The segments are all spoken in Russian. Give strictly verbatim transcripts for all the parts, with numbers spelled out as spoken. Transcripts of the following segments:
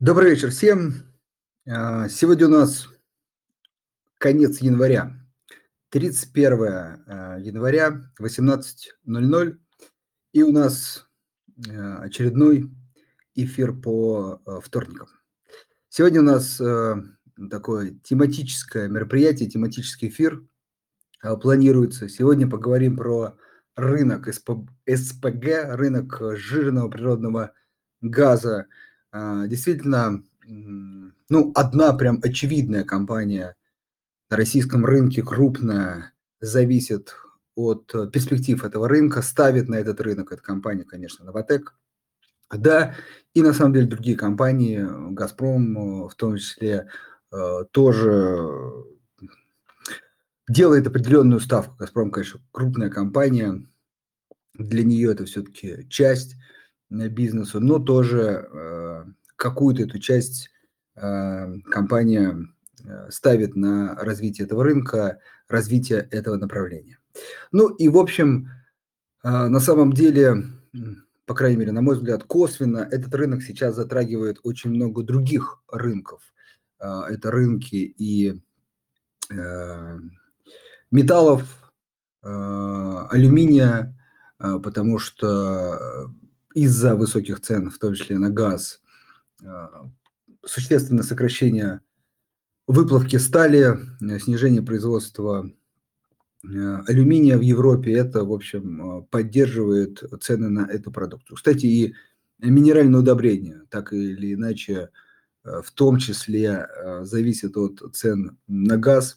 Добрый вечер всем. А, Сегодня у нас конец января, тридцать первое а, января, восемнадцать ноль ноль, и у нас а, очередной эфир по а, вторникам. Сегодня у нас а, такое тематическое мероприятие, тематический эфир а, планируется. Сегодня поговорим про рынок СП эс пэ гэ, рынок э, жирного природного газа. А, Действительно, м, ну, одна прям очевидная компания на российском рынке, крупная, зависит от э, перспектив этого рынка, ставит на этот рынок. Это компания, конечно, «Новатэк». Да, и на самом деле другие компании, э, «Газпром», э, в том числе, э, тоже делает определенную ставку. «Газпром», конечно, крупная компания, для нее это все-таки часть э, бизнеса, но тоже э, какую-то эту часть э, компания э, ставит на развитие этого рынка, развитие этого направления. Ну и, в общем, э, на самом деле, м, по крайней мере, на мой взгляд, косвенно этот рынок сейчас затрагивает очень много других рынков. Э, Это рынки и э, металлов, э, алюминия, э, потому что э, из-за высоких цен, в том числе на газ, э, существенное сокращение выплавки стали, э, снижение производства э, алюминия в Европе, это, в общем, э, поддерживает цены на эту продукцию. Кстати, и минеральные удобрения, так или иначе, э, в том числе э, зависят от цен на газ,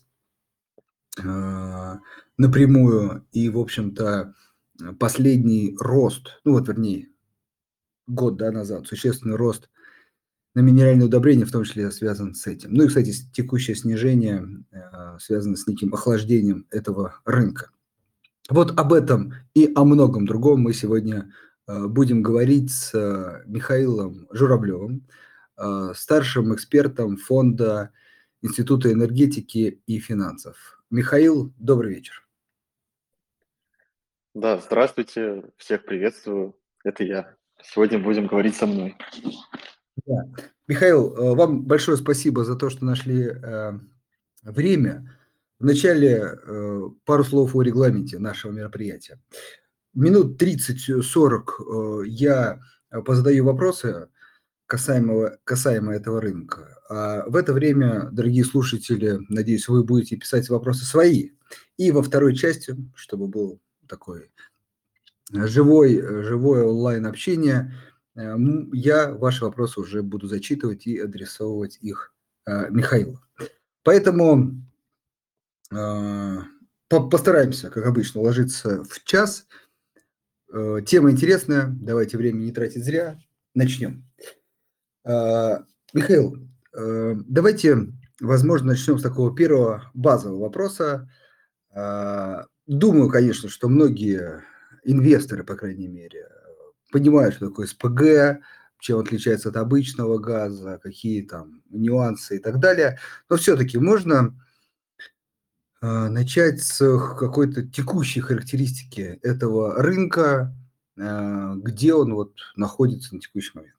а, напрямую. И, в общем-то, э, последний рост, ну вот, вернее, год, да, назад, существенный рост на минеральные удобрения, в том числе, связан с этим. Ну и, кстати, с- текущее снижение э, связано с неким охлаждением этого рынка. Вот об этом и о многом другом мы сегодня э, будем говорить с э, Михаилом Журавлевым, э, старшим экспертом фонда Института энергетики и финансов. Михаил, добрый вечер. Да, здравствуйте, всех приветствую. Это я. Сегодня будем говорить со мной. Да. Михаил, э, вам большое спасибо за то, что нашли э, время. Вначале э, пару слов о регламенте нашего мероприятия. Минут тридцать-сорок э, я э, позадаю вопросы касаемо, касаемо этого рынка. А в это время, дорогие слушатели, надеюсь, вы будете писать вопросы свои. И во второй части, чтобы был такой живой, э, живое онлайн-общение. Э, м, Я ваши вопросы уже буду зачитывать и адресовывать их э, Михаилу. Поэтому э, по- постараемся, как обычно, уложиться в час. Э, Тема интересная, давайте время не тратить зря. Начнем. Э, Михаил, э, давайте, возможно, начнем с такого первого базового вопроса. А, Думаю, конечно, что многие инвесторы, по крайней мере, понимают, что такое эс пэ гэ, чем отличается от обычного газа, какие там нюансы и так далее. Но все-таки можно а, начать с какой-то текущей характеристики этого рынка, а, где он вот находится на текущий момент.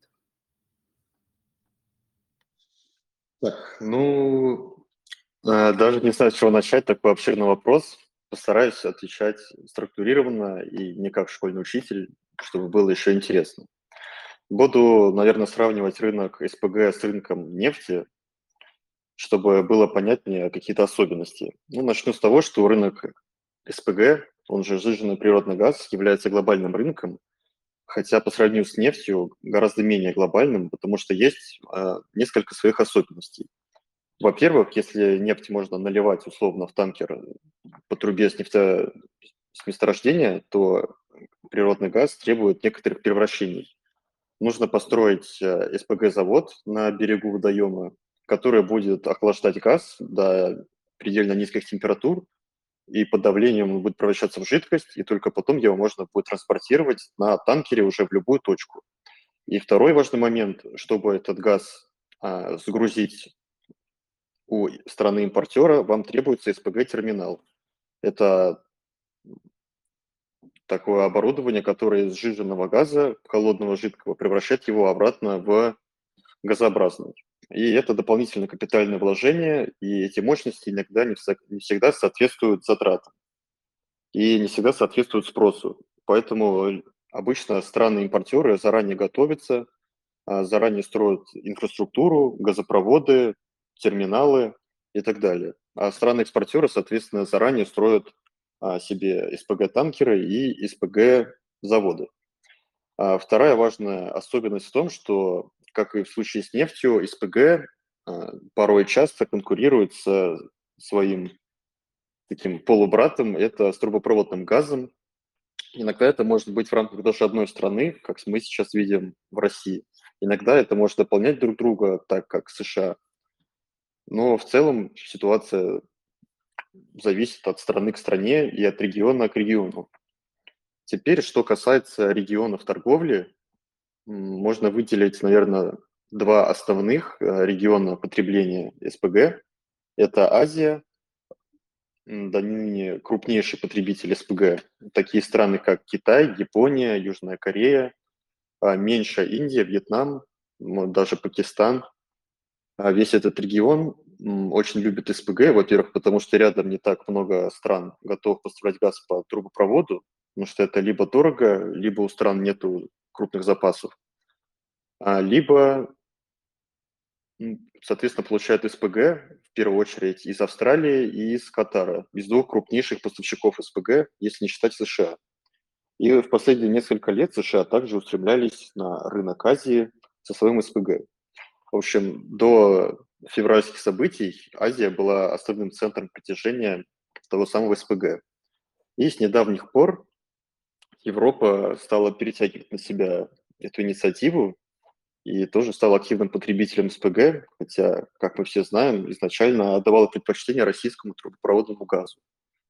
Так, ну, э, даже не знаю, с чего начать, такой обширный вопрос. Постараюсь отвечать структурированно и не как школьный учитель, чтобы было еще интересно. Буду, наверное, сравнивать рынок эс пэ гэ с рынком нефти, чтобы было понятнее какие-то особенности. Ну, начну с того, что рынок эс пэ гэ, он же сжиженный природный газ, является глобальным рынком, хотя по сравнению с нефтью гораздо менее глобальным, потому что есть а, несколько своих особенностей. Во-первых, если нефть можно наливать условно в танкер по трубе с, нефте... с месторождения, то природный газ требует некоторых превращений. Нужно построить э, эс пэ гэ-завод на берегу водоема, который будет охлаждать газ до предельно низких температур, и под давлением он будет превращаться в жидкость, и только потом его можно будет транспортировать на танкере уже в любую точку. И второй важный момент, чтобы этот газ а, загрузить у страны-импортера, вам требуется эс пэ гэ-терминал. Это такое оборудование, которое из сжиженного газа, холодного жидкого, превращает его обратно в газообразный. И это дополнительное капитальное вложение, и эти мощности иногда не всег- не всегда соответствуют затратам и не всегда соответствуют спросу. Поэтому э, обычно страны-импортеры заранее готовятся, а, заранее строят инфраструктуру, газопроводы, терминалы и так далее. А страны-экспортеры, соответственно, заранее строят а, себе СПГ-танкеры и СПГ-заводы. А вторая важная особенность в том, что, как и в случае с нефтью, СПГ а, порой часто конкурирует со своим таким полубратом, это с трубопроводным газом. Иногда это может быть в рамках даже одной страны, как мы сейчас видим в России. Иногда это может дополнять друг друга, так как США. Но в целом ситуация зависит от страны к стране и от региона к региону. Теперь, что касается регионов торговли, м, можно выделить, наверное, два основных э, региона потребления СПГ. Это Азия, м, до ныне крупнейший потребитель СПГ. Такие страны, как Китай, Япония, Южная Корея, а, меньше Индия, Вьетнам, м, даже Пакистан. А весь этот регион м, очень любит СПГ, во-первых, потому что рядом не так много стран готовых поставлять газ по трубопроводу, потому что это либо дорого, либо у стран нету крупных запасов, а, либо, м, соответственно, получают СПГ в первую очередь из Австралии и из Катара, из двух крупнейших поставщиков СПГ, если не считать США. И в последние несколько лет США также устремлялись на рынок Азии со своим СПГ. В общем, до февральских событий Азия была основным центром притяжения того самого СПГ. И с недавних пор Европа стала перетягивать на себя эту инициативу и тоже стала активным потребителем СПГ, хотя, как мы все знаем, изначально отдавала предпочтение российскому трубопроводному газу.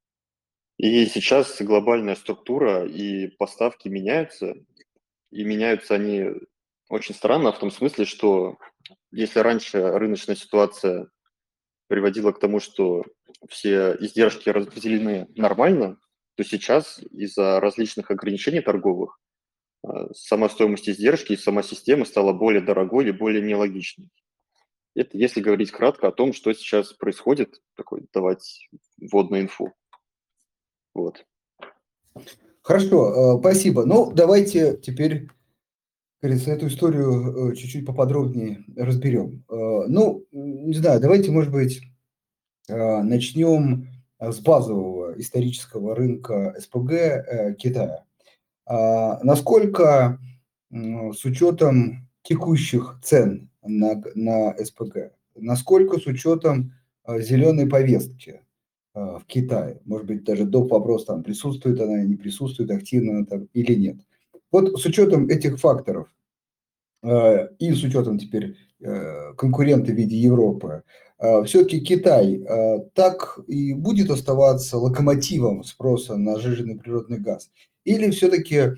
И сейчас глобальная структура и поставки меняются, и меняются они очень странно в том смысле, что если раньше рыночная ситуация приводило к тому, что все издержки распределены нормально, то сейчас из-за различных ограничений торговых а, сама стоимость издержки и сама система стала более дорогой и более нелогичной. Это если говорить кратко о том, что сейчас происходит, такой давать вводную инфу. Вот. Хорошо, э, спасибо. Ну, давайте теперь, как говорится, эту историю э, чуть-чуть поподробнее разберем. Э, Ну, м, не знаю, давайте, может быть, э, начнем э, с базового исторического рынка СПГ э, Китая. А Насколько м, с учетом текущих цен на, г- на СПГ, насколько с учетом э, зеленой повестки э, в Китае, может быть, даже доп. Вопрос, там, присутствует она, не присутствует активно она там или нет. Вот с учетом этих факторов э, и с учетом теперь э, конкурента в виде Европы, все-таки Китай э, так и будет оставаться локомотивом спроса на сжиженный природный газ? Или все-таки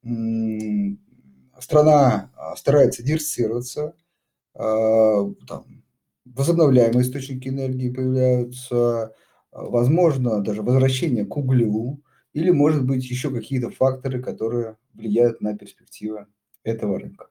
страна а, старается диверсифицироваться, а, там, возобновляемые источники энергии появляются, а, возможно, даже возвращение к углю, или, может быть, еще какие-то факторы, которые влияют на перспективы этого рынка?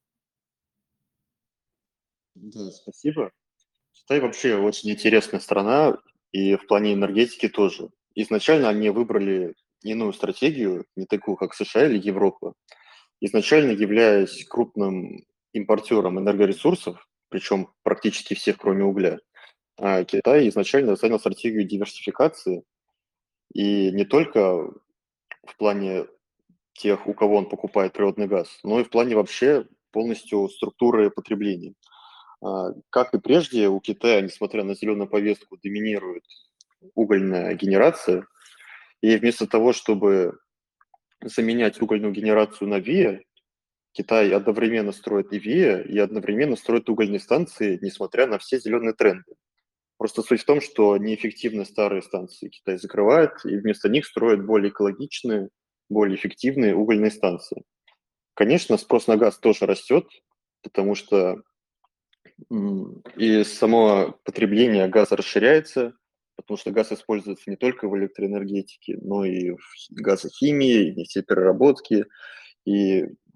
Да, спасибо. Китай вообще очень интересная страна, и в плане энергетики тоже. Изначально они выбрали иную стратегию, не такую, как США или Европа. Изначально являясь крупным импортером энергоресурсов, причем практически всех, кроме угля, а Китай изначально занял стратегию диверсификации, и не только в плане тех, у кого он покупает природный газ, но и в плане вообще полностью структуры потребления. А, Как и прежде, у Китая, несмотря на зеленую повестку, доминирует угольная генерация, и вместо того, чтобы заменять угольную генерацию на ВИА, Китай одновременно строит и ВИА, и одновременно строит угольные станции, несмотря на все зеленые тренды. Просто суть в том, что неэффективные старые станции Китай закрывает, и вместо них строят более экологичные, более эффективные угольные станции. Конечно, спрос на газ тоже растет, потому что м, и само потребление газа расширяется, потому что газ используется не только в электроэнергетике, но и в газохимии, и нефтепереработке, и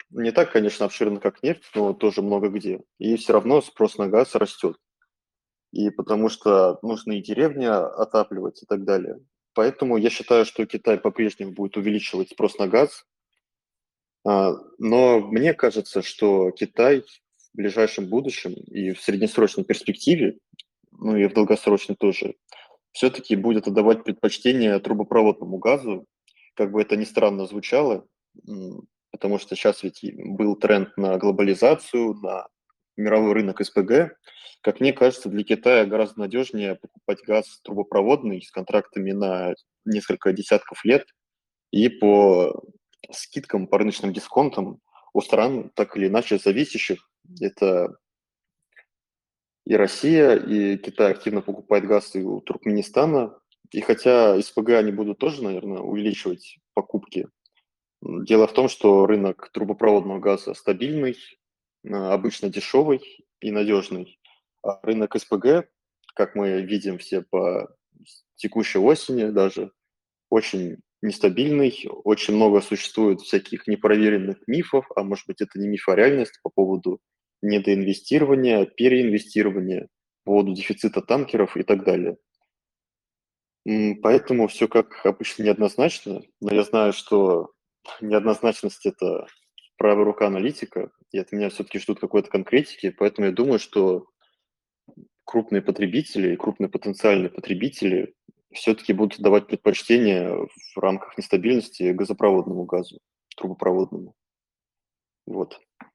не так, конечно, обширно, как нефть, но тоже много где. И все равно спрос на газ растет. И потому что нужно и деревни отапливать и так далее. Поэтому я считаю, что Китай по-прежнему будет увеличивать спрос на газ. А, но мне кажется, что Китай в ближайшем будущем и в среднесрочной перспективе, ну и в долгосрочной тоже, все-таки будет отдавать предпочтение трубопроводному газу, как бы это ни странно звучало, м, потому что сейчас ведь и был тренд на глобализацию, на мировой рынок СПГ. Как мне кажется, для Китая гораздо надежнее покупать газ трубопроводный с контрактами на несколько десятков лет и по скидкам, по рыночным дисконтам у стран, так или иначе зависящих. Это и Россия, и Китай активно покупает газ и у Туркменистана. И хотя СПГ они будут тоже, наверное, увеличивать покупки, м, дело в том, что рынок трубопроводного газа стабильный, а, обычно дешевый и надежный. А рынок СПГ, как мы видим все по текущей осени даже, очень нестабильный, очень много существует всяких непроверенных мифов, а может быть это не миф, а реальность по поводу недоинвестирования, переинвестирования, по поводу дефицита танкеров и так далее. М, Поэтому все как обычно неоднозначно, но я знаю, что неоднозначность – это правая рука аналитика, и от меня все-таки ждут какой-то конкретики, поэтому я думаю, что крупные потребители и крупные потенциальные потребители все-таки будут давать предпочтение в рамках нестабильности газопроводному газу, трубопроводному. Вот.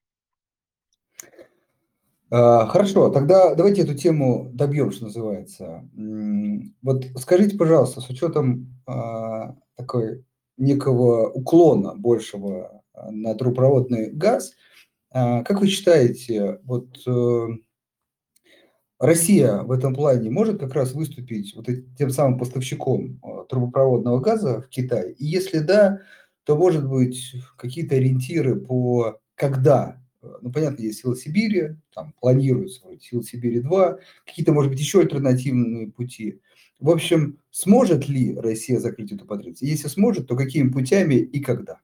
А, Хорошо, тогда давайте эту тему добьем, что называется. М, Вот скажите, пожалуйста, с учетом а, такой некого уклона большего а, на трубопроводный газ, а, как вы считаете, вот э, Россия в этом плане может как раз выступить вот эт- тем самым поставщиком а, трубопроводного газа в Китай? И если да, то, может быть, какие-то ориентиры по когда? Э, Ну, понятно, есть Сила Сибири, там планируется вроде Сила Сибири два, какие-то, может быть, еще альтернативные пути. В общем, сможет ли Россия закрыть эту потребность? Если сможет, то какими путями и когда?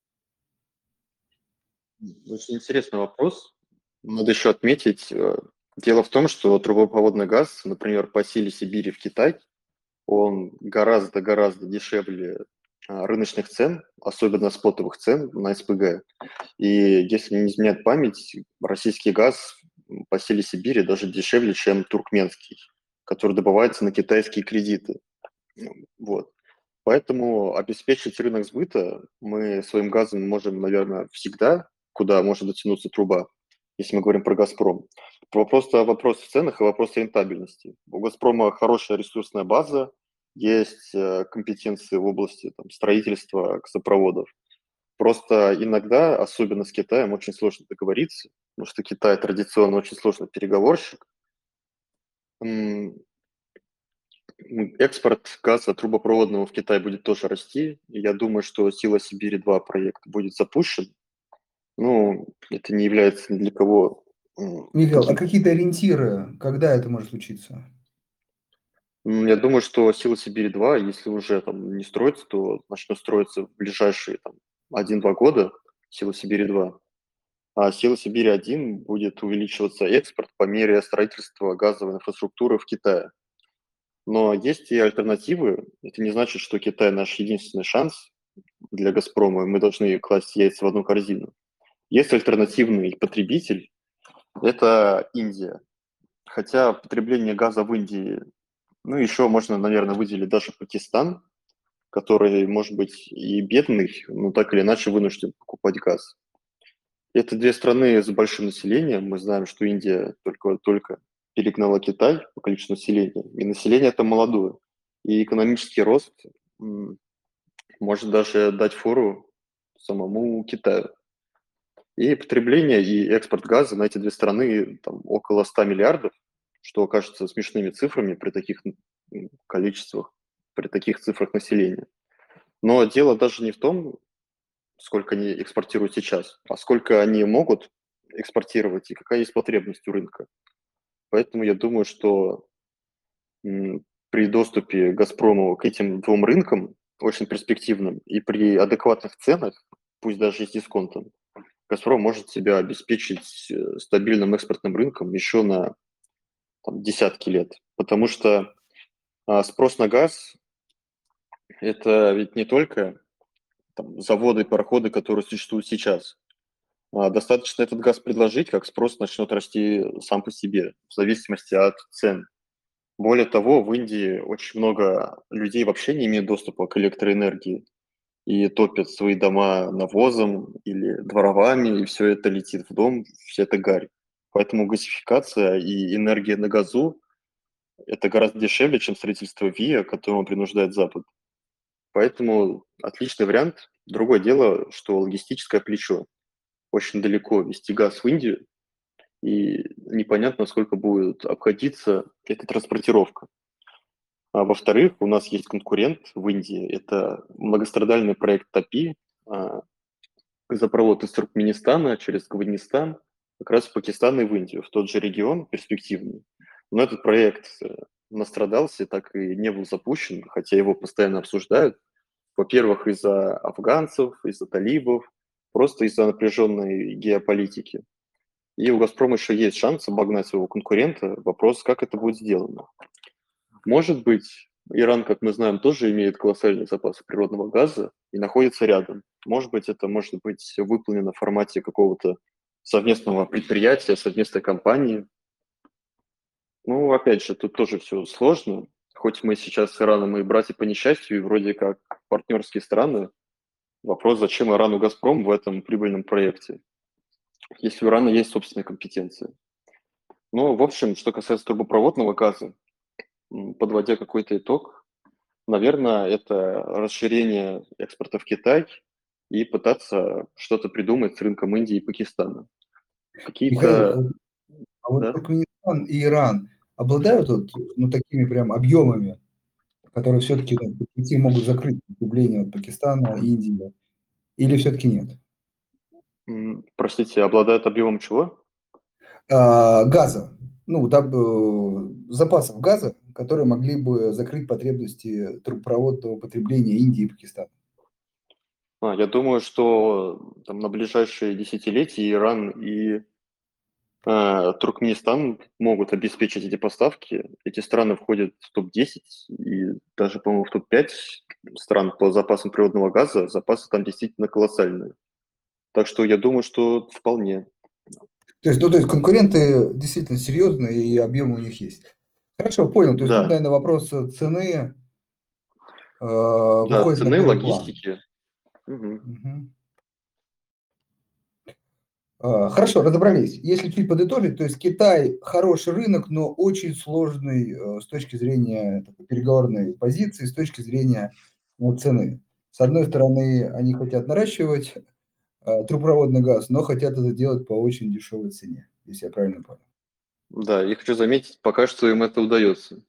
Очень интересный вопрос. Надо еще отметить, э, дело в том, что трубопроводный газ, например, по силе Сибири в Китай, он гораздо-гораздо дешевле а, рыночных цен, особенно спотовых цен на СПГ. И если мне не изменяет память, российский газ по силе Сибири даже дешевле, чем туркменский, который добывается на китайские кредиты. Ну, Вот. Поэтому обеспечить рынок сбыта мы своим газом можем, наверное, всегда, куда может дотянуться труба, если мы говорим про «Газпром». Просто вопрос в ценах и вопрос рентабельности. У «Газпрома» хорошая ресурсная база, есть э, компетенции в области там, строительства газопроводов. Просто иногда, особенно с Китаем, очень сложно договориться, потому что Китай традиционно очень сложный переговорщик. М, м, Экспорт газа трубопроводного в Китай будет тоже расти. И я думаю, что «Сила Сибири-два» проект будет запущен. Ну, это не является ни для кого м, Михаил, а каким-то... какие-то ориентиры, когда это может случиться? М, Я думаю, что «Сила Сибири-два», если уже там не строится, то начнет строиться в ближайшие там, один-два года «Сила Сибири-два». А «Сила Сибири-один» будет увеличиваться экспорт по мере строительства газовой инфраструктуры в Китае. Но есть и альтернативы. Это не значит, что Китай наш единственный шанс для «Газпрома», и мы должны класть яйца в одну корзину. Есть альтернативный потребитель – это Индия. Хотя потребление газа в Индии, ну, еще можно, наверное, выделить даже Пакистан, который, может быть, и бедный, но так или иначе вынужден покупать газ. Это две страны с большим населением. Мы знаем, что Индия только-только перегнала Китай по количеству населения. И население это молодое. И экономический рост м, может даже дать фору самому Китаю. И потребление, и экспорт газа на эти две страны там, около ста миллиардов, что кажется смешными цифрами при таких м, количествах, при таких цифрах населения. Но дело даже не в том, сколько они экспортируют сейчас, а сколько они могут экспортировать и какая есть потребность у рынка. Поэтому я думаю, что м, при доступе «Газпрому» к этим двум рынкам, очень перспективным, и при адекватных ценах, пусть даже и с дисконтом, «Газпром» может себя обеспечить э, стабильным экспортным рынком еще на там, десятки лет. Потому что а, спрос на газ– это ведь не только там, заводы, пароходы, которые существуют сейчас. А, достаточно этот газ предложить, как спрос начнет расти сам по себе, в зависимости от цен. Более того, в Индии очень много людей вообще не имеют доступа к электроэнергии и топят свои дома навозом или дровами, и все это летит в дом, вся эта гарь. Поэтому газификация и энергия на газу– это гораздо дешевле, чем строительство ВИА, к которому принуждает Запад. Поэтому отличный вариант. Другое дело, что логистическое плечо. Очень далеко везти газ в Индию, и непонятно, сколько будет обходиться эта транспортировка. А во-вторых, у нас есть конкурент в Индии. Это многострадальный проект ТАПИ, а, газопровод из Туркменистана через Афганистан, как раз в Пакистан и в Индию, в тот же регион перспективный. Но этот проект э, настрадался, так и не был запущен, хотя его постоянно обсуждают. Во-первых, из-за афганцев, из-за талибов, просто из-за напряженной геополитики. И у «Газпрома» еще есть шанс обогнать своего конкурента. Вопрос, как это будет сделано. Может быть, Иран, как мы знаем, тоже имеет колоссальные запасы природного газа и находится рядом. Может быть, это может быть выполнено в формате какого-то совместного предприятия, совместной компании. Ну, опять же, тут тоже все сложно. Хоть мы сейчас с Ираном и братья по несчастью, и вроде как партнерские страны, вопрос, зачем Ирану «Газпром» в этом прибыльном проекте, если у Ирана есть собственные компетенции. Ну, в общем, что касается трубопроводного газа, м, подводя какой-то итог, наверное, это расширение экспорта в Китай и пытаться что-то придумать с рынком Индии и Пакистана. Михаил, Какие-то, вот, а вот да, Туркменистан и Иран обладают вот, ну, такими прям объемами, которые все-таки ну, по пути могут закрыть потребление от Пакистана, Индии, или все-таки нет? м, простите, обладают объемом чего? А, газа, ну, да, э, запасов газа, которые могли бы закрыть потребности трубопроводного потребления Индии и Пакистана. А, я думаю, что там на ближайшие десятилетия Иран и а, Туркменистан могут обеспечить эти поставки. Эти страны входят в топ десять и даже, по-моему, в топ пять стран по запасам природного газа. Запасы там действительно колоссальные. Так что я думаю, что вполне. То есть, ну, то есть конкуренты действительно серьезные и объемы у них есть. Хорошо, понял. То есть тут, Да, наверное, вопрос цены э, да, выходит на цены, первый план. логистики. Мгм. Мгм. А, Хорошо, разобрались. Если чуть подытожить, то есть Китай хороший рынок, но очень сложный э, с точки зрения такой переговорной позиции, с точки зрения ну, цены. С одной стороны, они хотят наращивать э, трубопроводный газ, но хотят это делать по очень дешевой цене, если я правильно понял. Да, и хочу заметить, пока что им это удается.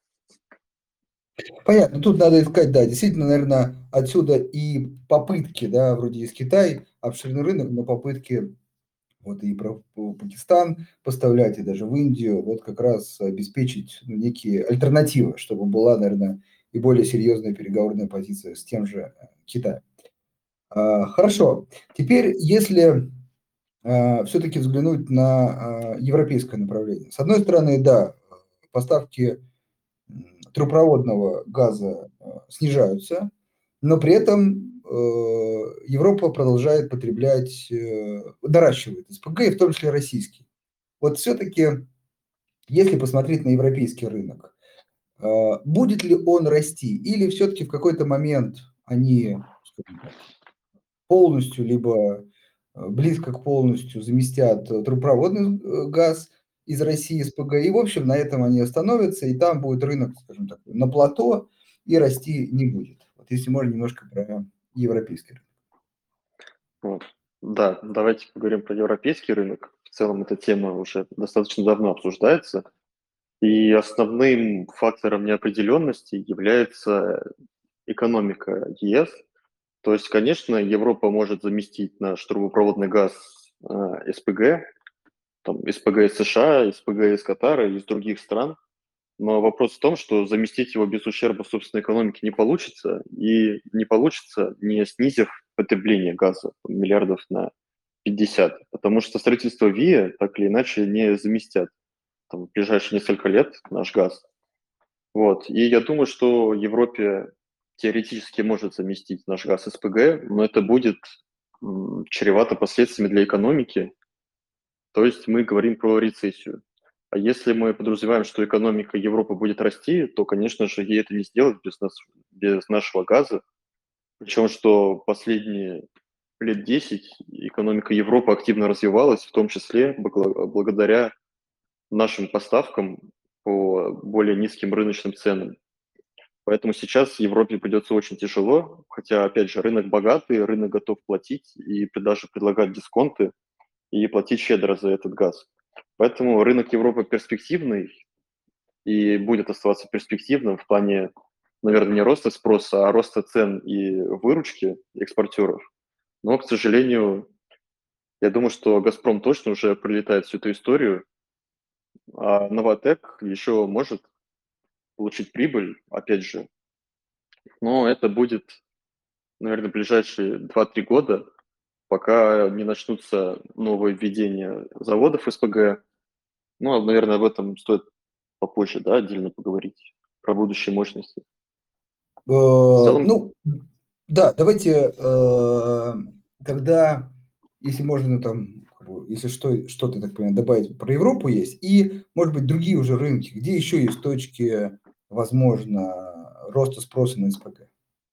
Понятно, тут надо искать, да, действительно, наверное, отсюда и попытки, да, вроде из Китая, обширный рынок, но попытки вот и про П- Пакистан поставлять, и даже в Индию, вот как раз обеспечить ну, некие альтернативы, чтобы была, наверное, и более серьезная переговорная позиция с тем же э, Китаем. А, Хорошо. Теперь, если все-таки взглянуть на а, европейское направление. С одной стороны, да, поставки м, трубопроводного газа э, снижаются, но при этом э, Европа продолжает потреблять, э, наращивает СПГ, и в том числе российский. Вот все-таки, если посмотреть на европейский рынок, э, будет ли он расти, или все-таки в какой-то момент они, скажем так, полностью, либо э, близко к полностью заместят э, трубопроводный э, газ из России, СПГ, и, в общем, на этом они остановятся, и там будет рынок, скажем так, на плато, и расти не будет. Вот если можно немножко про европейский рынок. Вот. Да, давайте поговорим про европейский рынок. В целом эта тема уже достаточно давно обсуждается. И основным фактором неопределенности является экономика ЕС. То есть, конечно, Европа может заместить наш трубопроводный газ э, СПГ, там, СПГ из США, СПГ из Катара и из других стран. Но вопрос в том, что заместить его без ущерба собственной экономике не получится, и не получится, не снизив потребление газа там, миллиардов на пятьдесят, потому что строительство ВИА так или иначе не заместят там, в ближайшие несколько лет наш газ. Вот. И я думаю, что Европе теоретически может заместить наш газ СПГ, но это будет м, чревато последствиями для экономики. То есть мы говорим про рецессию. А если мы подразумеваем, что экономика Европы будет расти, то, конечно же, ей это не сделать без, нас, без нашего газа. Причем, что последние лет десять экономика Европы активно развивалась, в том числе багла- благодаря нашим поставкам по более низким рыночным ценам. Поэтому сейчас Европе придется очень тяжело, хотя, опять же, рынок богатый, рынок готов платить и при- даже предлагать дисконты и платить щедро за этот газ. Поэтому рынок Европы перспективный и будет оставаться перспективным в плане, наверное, не роста спроса, а роста цен и выручки экспортеров. Но, к сожалению, я думаю, что «Газпром» точно уже пролетает всю эту историю, а «Новатэк» еще может получить прибыль, опять же, но это будет, наверное, в ближайшие два-три года, пока не начнутся новые введения заводов СПГ. Ну, а, наверное, об этом стоит попозже, да, отдельно поговорить, про будущие мощности. Э, В целом, Ну, да, давайте э, тогда, если можно там, как бы, если что, что-то, так понимаю, добавить про Европу есть, и, может быть, другие уже рынки, где еще есть точки, возможно, роста спроса на СПГ.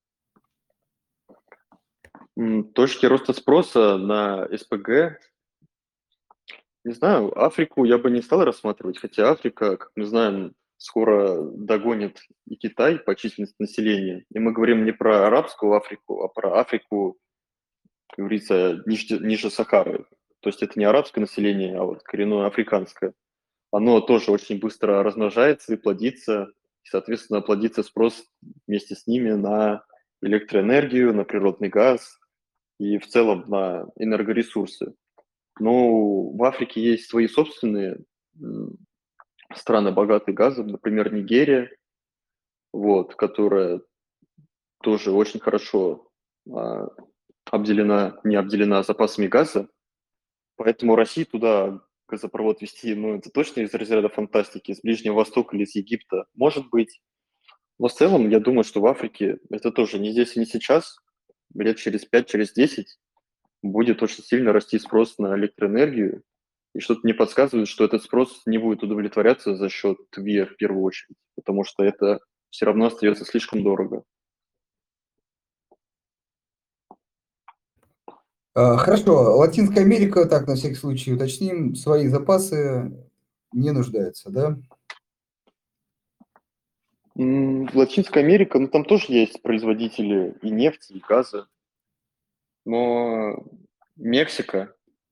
м, точки роста спроса на СПГ, не знаю, Африку я бы не стал рассматривать, хотя Африка, как мы знаем, скоро догонит и Китай по численности населения. И мы говорим не про арабскую Африку, а про Африку, как говорится, ниже, ниже Сахары. То есть это не арабское население, а вот коренное африканское. Оно тоже очень быстро размножается и плодится, и, соответственно, плодится спрос вместе с ними на электроэнергию, на природный газ и в целом на энергоресурсы. Но в Африке есть свои собственные м, страны, богатые газом, например, Нигерия, вот, которая тоже очень хорошо а, обделена, не обделена запасами газа, поэтому России туда газопровод вести, ну, это точно из разряда фантастики, с Ближнего Востока или с Египта, может быть. Но в целом, я думаю, что в Африке это тоже не здесь и не сейчас, лет через пять, через десять будет очень сильно расти спрос на электроэнергию, и что-то мне подсказывает, что этот спрос не будет удовлетворяться за счет ВИА в первую очередь, потому что это все равно остается слишком дорого. А, Хорошо, Латинская Америка, так, на всякий случай уточним, свои запасы не нуждается, да? М, Латинская Америка, ну там тоже есть производители и нефти, и газа, но Мексика,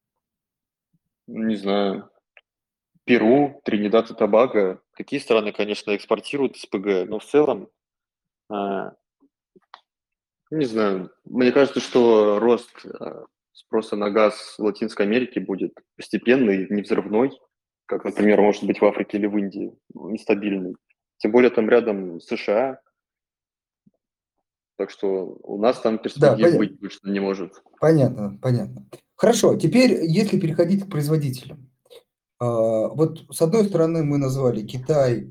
не знаю, Перу, Тринидад и Тобаго, такие страны, конечно, экспортируют СПГ, но в целом, а, не знаю, мне кажется, что рост а, спроса на газ в Латинской Америке будет постепенный, не взрывной, как, например, может быть в Африке или в Индии, нестабильный. Тем более там рядом США, так что у нас там Да, перспектив понятно. быть точно не может. Понятно, понятно. Хорошо, теперь, если переходить к производителям. А, Вот с одной стороны мы назвали Китай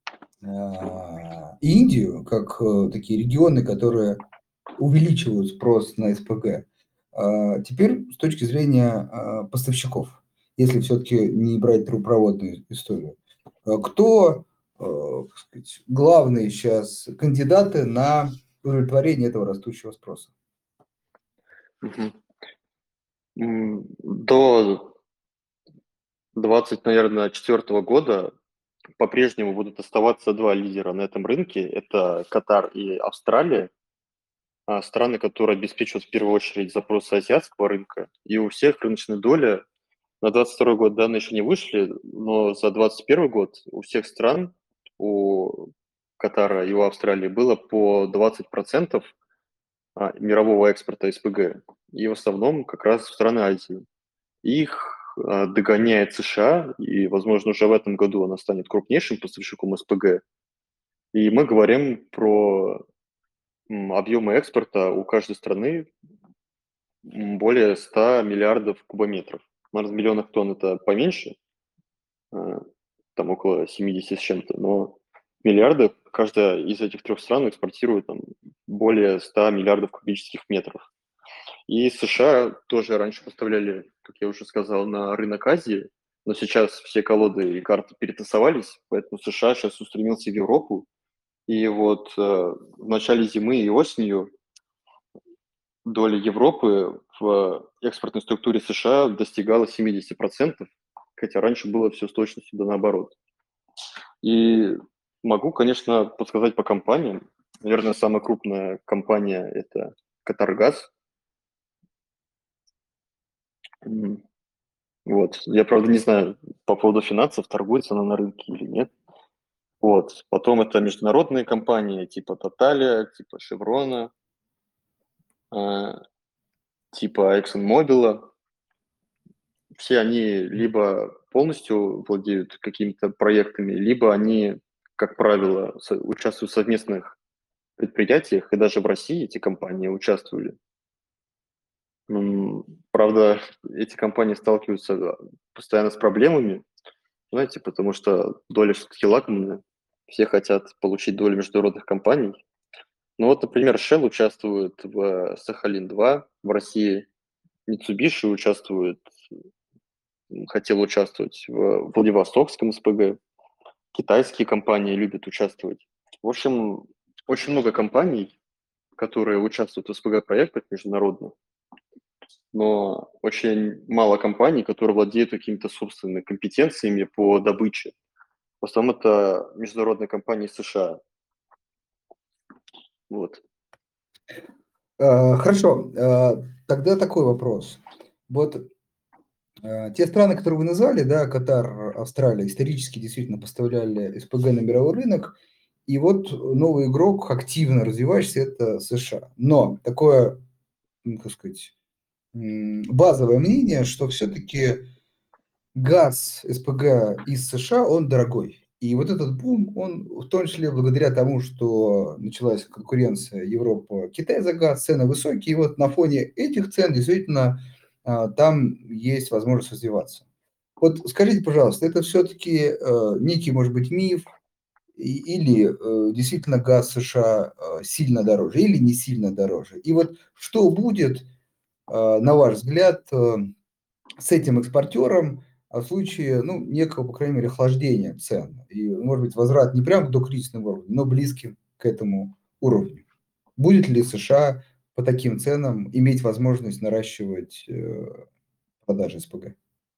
а, и Индию как э, такие регионы, которые увеличивают спрос на СПГ. А Теперь с точки зрения а, поставщиков, если все-таки не брать трубопроводную историю, а кто, э, так сказать, главные сейчас кандидаты на удовлетворение этого растущего спроса? Мгм. М, До двадцать, наверное, четвертого года по-прежнему будут оставаться два лидера на этом рынке. Это Катар и Австралия, а, страны, которые обеспечивают в первую очередь запросы азиатского рынка. И у всех рыночная доля на двадцать второй год данные еще не вышли, но за двадцать первый год у всех стран, у Катара и у Австралии было по двадцать процентов а, мирового экспорта СПГ. И в основном как раз в страны Азии. Их а, догоняет США, и, возможно, уже в этом году она станет крупнейшим поставщиком СПГ. И мы говорим про м, объемы экспорта у каждой страны более ста миллиардов кубометров. Наверно, в миллионах тонн это поменьше, э, там около семьдесят с чем-то, но миллиарды каждая из этих трех стран экспортирует там более ста миллиардов кубических метров. И США тоже раньше поставляли, как я уже сказал, на рынок Азии, но сейчас все колоды и карты перетасовались, поэтому США сейчас устремился в Европу. И вот э, в начале зимы и осенью доля Европы в экспортной структуре США достигала семьдесят процентов, хотя раньше было все с точностью да наоборот. И могу, конечно, подсказать по компаниям. Наверное, самая крупная компания – это Катаргаз. М, Вот. Я, правда, не знаю по поводу финансов, торгуется она на рынке или нет. Вот. Потом это международные компании типа Тоталя, типа Шеврона, а, типа ExxonMobil. Все они либо полностью владеют какими-то проектами, либо они, как правило, со- участвуют в совместных предприятиях, и даже в России эти компании участвовали. М, Правда, эти компании сталкиваются а, постоянно с проблемами, знаете, потому что доля все-таки лакомая, все хотят получить долю международных компаний. Ну вот, например, Shell участвует в Сахалин-два в России, Mitsubishi участвует, м, хотел участвовать в Владивостокском СПГ, китайские компании любят участвовать. В общем, очень много компаний, которые участвуют в СПГ-проектах международных, но очень мало компаний, которые владеют какими-то собственными компетенциями по добыче. В основном это международные компании США. Вот. Э, Хорошо, э, тогда такой вопрос. Вот э, те страны, которые вы назвали, да, Катар, Австралия, исторически действительно поставляли СПГ на мировой рынок, и вот новый игрок, активно развивающийся, это США. Но такое, ну, как сказать, м, базовое мнение, что все-таки газ СПГ из США, он дорогой. И вот этот бум, он в том числе благодаря тому, что началась конкуренция Европа-Китай за газ, цены высокие, и вот на фоне этих цен действительно а, там есть возможность развиваться. Вот скажите, пожалуйста, это все-таки э, некий, может быть, миф, и- или э, действительно газ США э, сильно дороже, или не сильно дороже? И вот что будет, э, на ваш взгляд, э, с этим экспортером а в случае, ну, некого, по крайней мере, охлаждения цен. И, может быть, возврат не прям к докризисному уровню, но близким к этому уровню. Будет ли США по таким ценам иметь возможность наращивать э, продажи СПГ?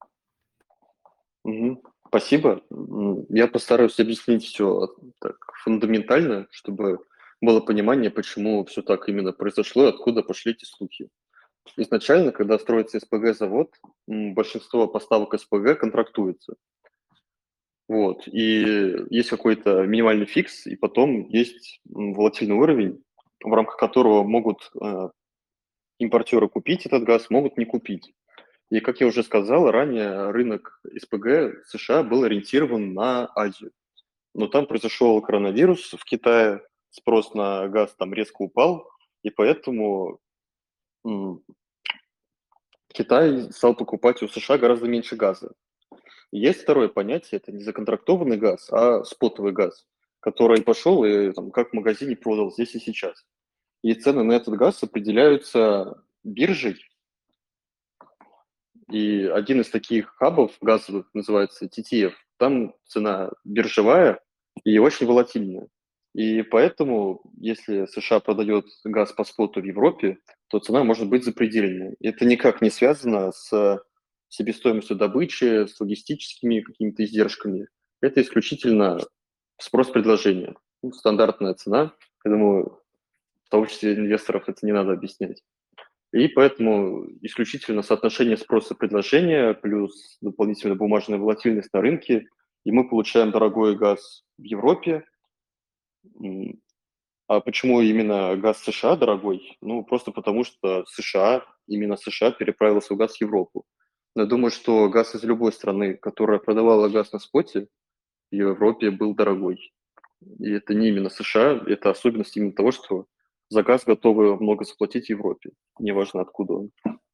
Мгм. Спасибо. М, Я постараюсь объяснить все так фундаментально, чтобы было понимание, почему все так именно произошло и откуда пошли эти слухи. Изначально, когда строится СПГ-завод, м, большинство поставок СПГ контрактуется. Вот. И есть какой-то минимальный фикс, и потом есть м, волатильный уровень, в рамках которого могут э, импортеры купить этот газ, могут не купить. И, как я уже сказал, ранее рынок СПГ США был ориентирован на Азию. Но там произошел коронавирус в Китае, спрос на газ там резко упал, и поэтому м, Китай стал покупать у США гораздо меньше газа. Есть второе понятие, это не законтрактованный газ, а спотовый газ, который пошел и там, как в магазине продал здесь и сейчас. И цены на этот газ определяются биржей, и один из таких хабов газовых называется T T F. Там цена биржевая и очень волатильная. И поэтому, если США продает газ по споту в Европе, то цена может быть запредельной. Это никак не связано с себестоимостью добычи, с логистическими какими-то издержками. Это исключительно спрос-предложение. Ну, стандартная цена. Я думаю, в сообществе инвесторов это не надо объяснять. И поэтому исключительно соотношение спроса и предложения плюс дополнительная бумажная волатильность на рынке, и мы получаем дорогой газ в Европе. М, А почему именно газ США дорогой? Ну, просто потому что США, именно США переправил свой газ в Европу. Но я думаю, что газ из любой страны, которая продавала газ на споте, в Европе был дорогой. И это не именно США, это особенность именно того, что за газ готовы много заплатить в Европе, неважно откуда он.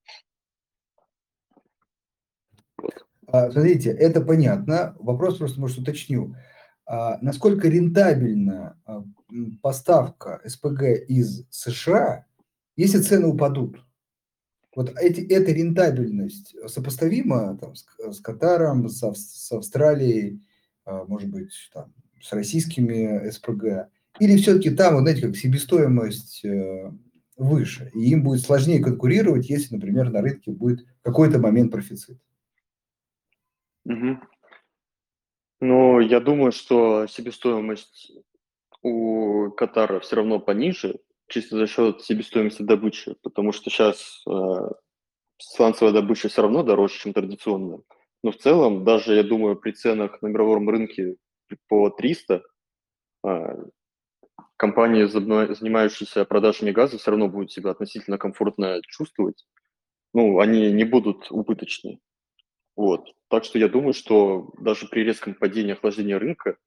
Вот. А, Смотрите, это понятно. Вопрос просто, может, уточню. А насколько рентабельна а, м, поставка СПГ из США, если цены упадут? Вот эти, эта рентабельность сопоставима там, с, с Катаром, с, Ав- с Австралией, а, может быть, там, с российскими СПГ? Или все-таки там, вот, знаете, как себестоимость э, выше, и им будет сложнее конкурировать, если, например, на рынке будет в какой-то момент профицит? Мгм. Но я думаю, что себестоимость у Катара все равно пониже, чисто за счет себестоимости добычи, потому что сейчас сланцевая добыча все равно дороже, чем традиционная. Но в целом, даже, я думаю, при ценах на мировом рынке по триста, а, компании, забна- занимающиеся продажами газа, все равно будут себя относительно комфортно чувствовать. Ну, они не будут убыточны. Вот. Так что я думаю, что даже при резком падении охлаждения рынка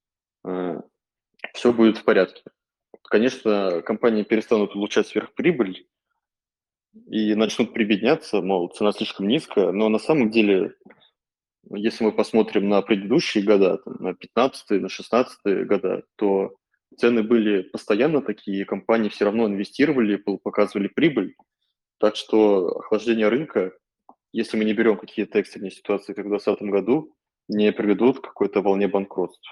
все будет в порядке. Конечно, компании перестанут получать сверхприбыль и начнут прибедняться, мол, цена слишком низкая, но на самом деле, если мы посмотрим на предыдущие года, там, на пятнадцатые, на шестнадцатые года, то цены были постоянно такие, и компании все равно инвестировали, пол- показывали прибыль. Так что охлаждение рынка, если мы не берем какие-то экстренные ситуации, как в двадцатом году, не приведут к какой-то волне банкротств.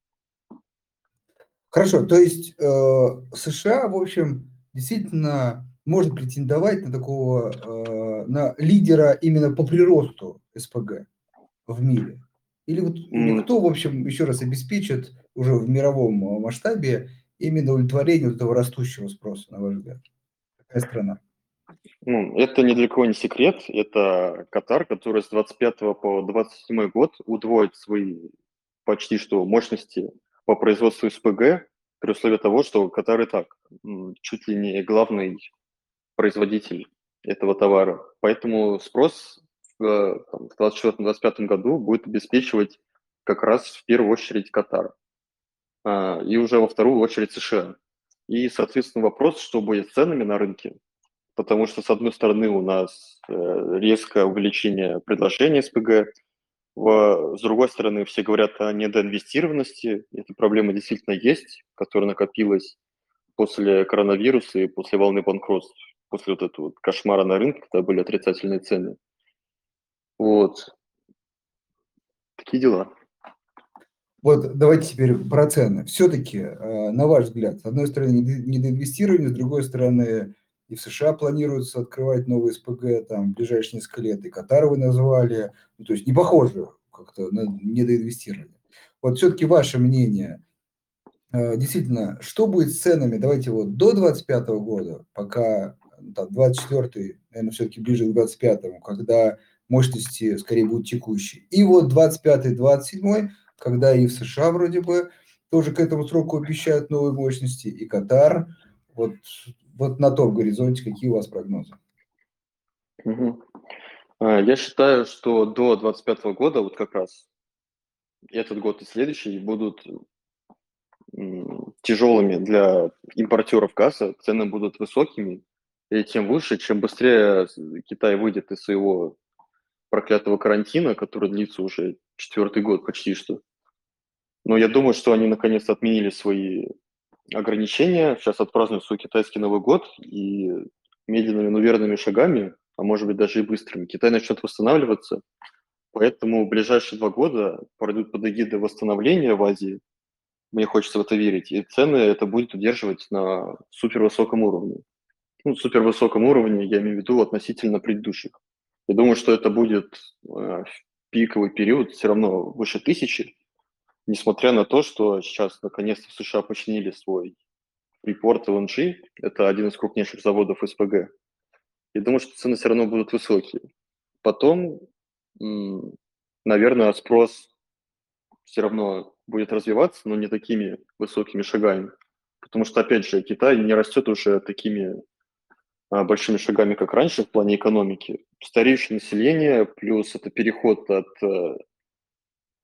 Хорошо, то есть э, США, в общем, действительно может претендовать на такого, э, на лидера именно по приросту СПГ в мире? Или, вот, или М, кто, в общем, еще раз обеспечит уже в мировом э, масштабе именно удовлетворение вот этого растущего спроса, на ваш взгляд? Какая страна? Ну, это ни для кого не секрет. Это Катар, который с двадцать пятого по двадцать седьмой год удвоит свои почти что мощности по производству СПГ, при условии того, что Катар и так м, чуть ли не главный производитель этого товара. Поэтому спрос в, э, там, в двадцать четвёртом — двадцать пятом году будет обеспечивать как раз в первую очередь Катар, а, и уже во вторую очередь США. И, соответственно, вопрос, что будет с ценами на рынке, потому что, с одной стороны, у нас э, резкое увеличение предложения СПГ, в- с другой стороны, все говорят о недоинвестированности. Эта проблема действительно есть, которая накопилась после коронавируса и после волны банкротств, после вот этого вот кошмара на рынке, когда были отрицательные цены. Вот, такие дела. Вот давайте теперь про цены. Все-таки, на ваш взгляд, с одной стороны, недо- недоинвестирование, с другой стороны, и в США планируется открывать новые СПГ там, в ближайшие несколько лет, и Катар вы назвали, ну, то есть не похоже как-то на недоинвестирование. Вот все-таки ваше мнение, э, действительно, что будет с ценами, давайте вот до двадцать пятого года, пока ну, там, двадцать четвёртый, наверное, все-таки ближе к двадцать пятому, когда мощности скорее будут текущие. И вот двадцать пятый, двадцать седьмой, когда и в США вроде бы тоже к этому сроку обещают новые мощности, и Катар. Вот, вот на том горизонте какие у вас прогнозы? Мгм. А, Я считаю, что до двадцать пятого года, вот как раз этот год и следующий, будут м, тяжелыми для импортеров газа, цены будут высокими, и тем выше, чем быстрее с- Китай выйдет из своего проклятого карантина, который длится уже четвертый год почти что. Но я думаю, что они наконец отменили свои ограничения, сейчас отпразднуют свой китайский Новый год, и медленными, но верными шагами, а может быть даже и быстрыми, Китай начнет восстанавливаться. Поэтому в ближайшие два года пройдут под эгидой восстановления в Азии. Мне хочется в это верить. И цены это будет удерживать на супервысоком уровне. Ну, супервысоком уровне я имею в виду относительно предыдущих. Я думаю, что это будет э, в пиковый период все равно выше тысячи, несмотря на то, что сейчас наконец-то в США починили свой припорт эл эн джи, это один из крупнейших заводов СПГ. Я думаю, что цены все равно будут высокие. Потом, м, наверное, спрос все равно будет развиваться, но не такими высокими шагами. Потому что, опять же, Китай не растет уже такими а, большими шагами, как раньше в плане экономики. Стареющее население, плюс это переход от э,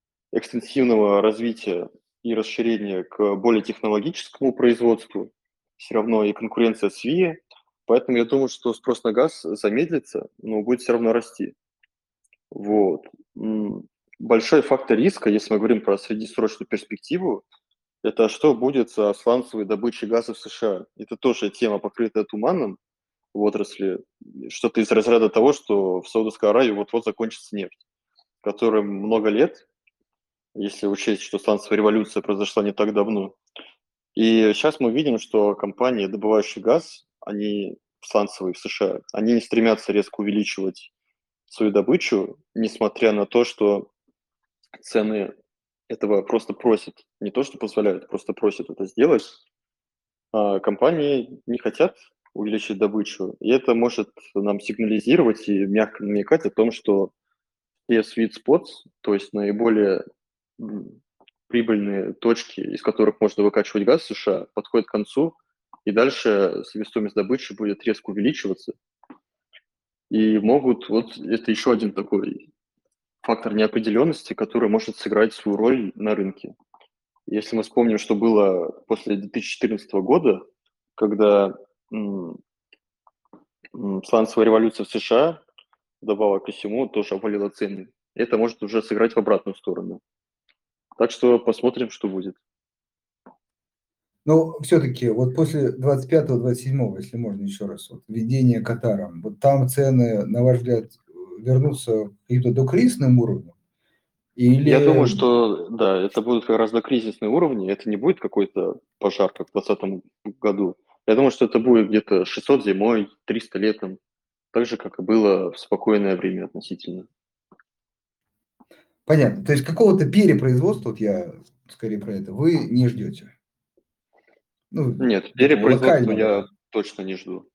экстенсивного развития и расширения к более технологическому производству. все равно и конкуренция с ВИА, поэтому я думаю, что спрос на газ замедлится, но будет все равно расти. Вот. М, Большой фактор риска, если мы говорим про среднесрочную перспективу, это что будет со сланцевой добычей газа в США. Это тоже тема, покрытая туманом в отрасли. Что-то из разряда того, что в Саудовской Аравии вот-вот закончится нефть, которая много лет, если учесть, что сланцевая революция произошла не так давно. И сейчас мы видим, что компании, добывающие газ, они сланцевые в США, они не стремятся резко увеличивать свою добычу, несмотря на то, что цены этого просто просят. Не то, что позволяют, просто просят это сделать. А компании не хотят увеличить добычу, и это может нам сигнализировать и мягко намекать о том, что все sweet spots, то есть наиболее м, прибыльные точки, из которых можно выкачивать газ в США, подходят к концу, и дальше себестоимость добычи будет резко увеличиваться. И могут, вот это еще один такой фактор неопределенности, который может сыграть свою роль на рынке. Если мы вспомним, что было после две тысячи четырнадцатого года, когда м, м, сланцевая революция в США, добавок ко всему, тоже обвалила цены, это может уже сыграть в обратную сторону. Так что посмотрим, что будет. Но все-таки вот после двадцать пятого двадцать седьмого, если можно еще раз, вот, введение Катаром, вот там цены, на ваш взгляд, вернутся к каким-то докризисным уровням? Я думаю, Или, что да, это будут как раз докризисные уровни, это не будет какой-то пожар, как в двадцатом году. Я думаю, что это будет где-то шестьсот зимой, триста летом, так же, как и было в спокойное время относительно. понятно, то есть какого-то перепроизводства, вот я скорее про это, вы не ждете? Ну, Нет, такого перепроизводства локального, я да. точно не жду.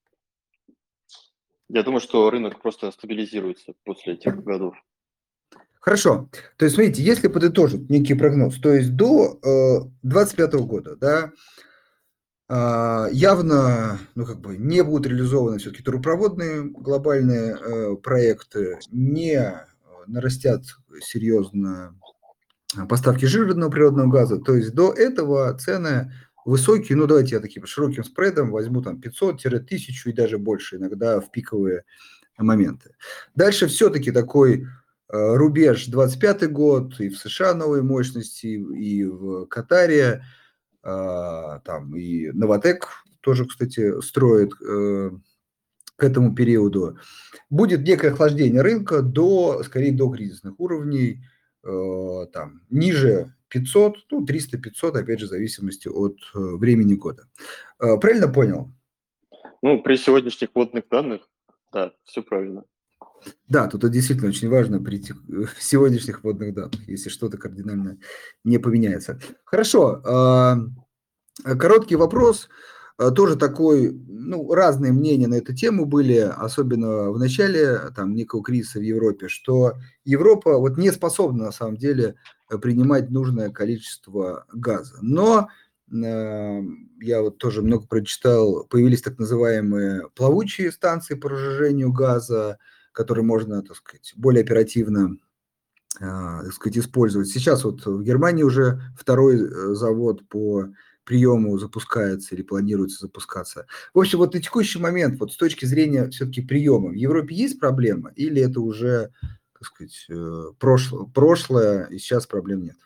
Я думаю, что рынок просто стабилизируется после этих годов. Хорошо. То есть, смотрите, если подытожить некий прогноз, то есть до э, двадцать пятого года, да, а, явно, ну, как бы не будут реализованы все-таки трубопроводные глобальные э, проекты, не э, нарастят серьезно поставки жирного природного газа. То есть до этого цены высокие, ну, давайте я таким широким спредом возьму там пятьсот-тысячу и даже больше иногда в пиковые моменты. Дальше все-таки такой э, рубеж двадцать пятый год, и в США новые мощности, и в Катаре, э, там и Новотек тоже, кстати, строит э, к этому периоду. Будет некое охлаждение рынка до, скорее, до кризисных уровней, э, там, ниже пятьсот, ну, триста-пятьсот, опять же, в зависимости от э, времени года. Э, правильно понял? Ну, при сегодняшних водных данных, да, все правильно. Да, тут это действительно очень важно при тех- сегодняшних водных данных, если что-то кардинально не поменяется. Хорошо. а, Короткий вопрос. А, Тоже такой, ну, разные мнения на эту тему были, особенно в начале там некого кризиса в Европе, что Европа вот не способна на самом деле э, принимать нужное количество газа. Но э, я вот тоже много прочитал, появились так называемые плавучие станции по разжижению газа, которые можно, так сказать, более оперативно а, так сказать, использовать. Сейчас вот в Германии уже второй э, завод по приему запускается или планируется запускаться. В общем, вот на текущий момент, вот с точки зрения все-таки приема, в Европе есть проблема или это уже, так сказать, э, прошлое, прошлое и сейчас проблем нет?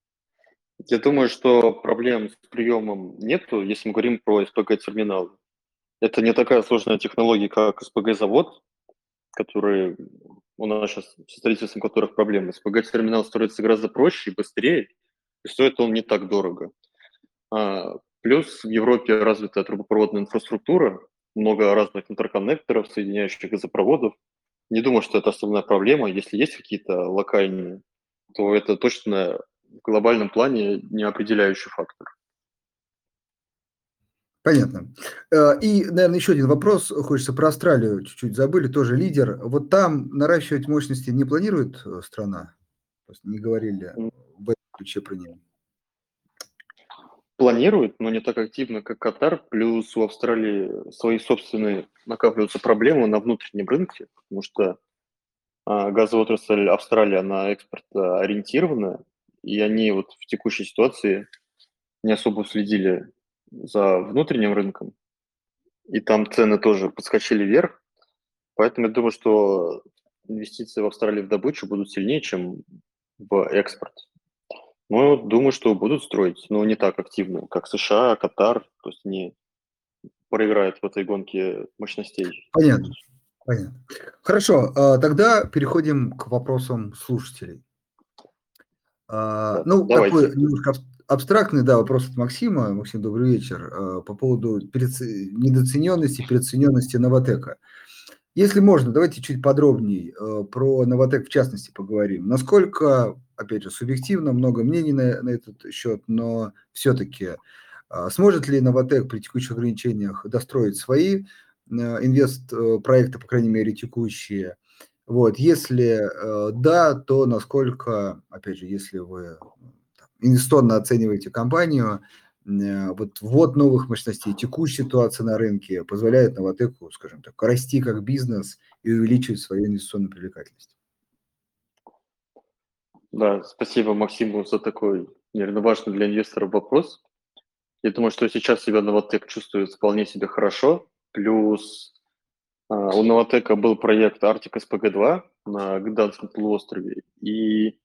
Я думаю, что проблем с приемом нету, если мы говорим про эс пэ гэ-терминалы. Это не такая сложная технология, как эс пэ гэ-завод, который у нас сейчас, с строительством которых проблемы. эс пэ гэ-терминал строится гораздо проще и быстрее, и стоит он не так дорого. А, плюс в Европе развита трубопроводная инфраструктура, много разных интерконнекторов, соединяющих газопроводов. Не думаю, что это основная проблема. Если есть какие-то локальные, то это точно в глобальном плане не определяющий фактор. Понятно. Э, И, наверное, еще один вопрос. Хочется про Австралию чуть-чуть забыли, тоже лидер. Вот там наращивать мощности не планирует э, страна? Просто не говорили в этом ключе про нее. Планируют, но не так активно, как Катар. Плюс у Австралии свои собственные накапливаются проблемы на внутреннем рынке, потому что а, газовая отрасль Австралии, она экспорт а, ориентированная, и они вот в текущей ситуации не особо следили за внутренним рынком, и там цены тоже подскочили вверх. Поэтому я думаю, что инвестиции в Австралию в добычу будут сильнее, чем в экспорт. Ну, думаю, что будут строить, но не так активно, как США, Катар. То есть они проиграют в этой гонке мощностей. Понятно, понятно. Хорошо, а, тогда переходим к вопросам слушателей. А, Да, ну, давайте. такой немножко абс абстрактный, да, вопрос от Максима. Максим, добрый вечер. А, по поводу переце недооцененности, переоцененности "Новатэка". Если можно, давайте чуть подробнее, э, про "Новатэк" в частности поговорим. Насколько, опять же, субъективно, много мнений на на этот счет, но все-таки, а, сможет ли "Новатэк" при текущих ограничениях достроить свои, э, инвест э, проекты, по крайней мере, текущие? Вот, если, э, да, то насколько, опять же, если вы, там, инвестиционно оцениваете компанию, М, вот ввод новых мощностей, текущая ситуация на рынке позволяет "Новатэку", скажем так, расти как бизнес и увеличивать свою инвестиционную привлекательность. Да, спасибо Максиму за такой, наверное, важный для инвесторов вопрос. Я думаю, что сейчас себя Новатэк чувствует вполне себе хорошо. Плюс а, у Новатэка был проект Arctic эс пи джи два на Гданском полуострове, и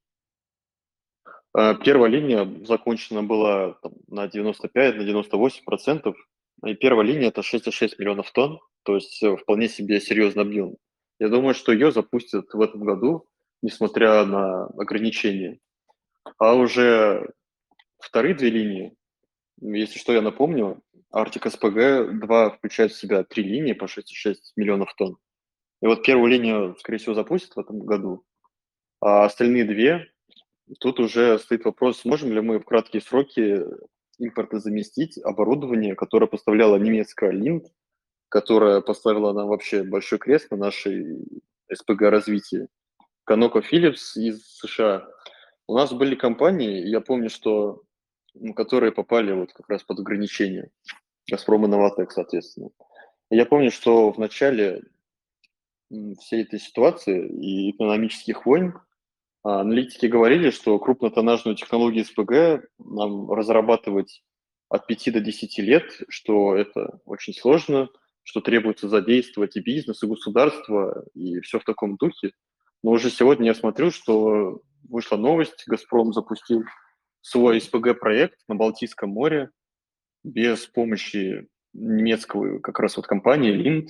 а, первая линия закончена была там, на девяносто пять, на девяносто восемь процентов. И первая линия это шесть целых шесть миллионов тонн, то есть э, вполне себе серьезный объем. Я думаю, что ее запустят в этом году, несмотря на ограничения. А уже вторые две линии, если что, я напомню, Arctic эс пи джи два включает в себя три линии по шесть целых шесть миллионов тонн. И вот первую линию, скорее всего, запустят в этом году, а остальные две, тут уже стоит вопрос, сможем ли мы в краткие сроки импортозаместить оборудование, которое поставляла немецкая Линд, которая поставила нам вообще большой крест на нашей эс пи джи развитии. ConocoPhillips из США. У нас были компании, я помню, что ну, которые попали вот как раз под ограничения. Газпром и Новатэк, соответственно. И я помню, что в начале м, всей этой ситуации и экономических войн а, аналитики говорили, что крупнотоннажную технологию эс пи джи нам разрабатывать от пяти до десяти лет, что это очень сложно, что требуется задействовать и бизнес, и государство, и все в таком духе. Но уже сегодня я смотрю, что вышла новость, «Газпром» запустил свой эс пи джи-проект на Балтийском море без помощи немецкого как раз вот компании Линд.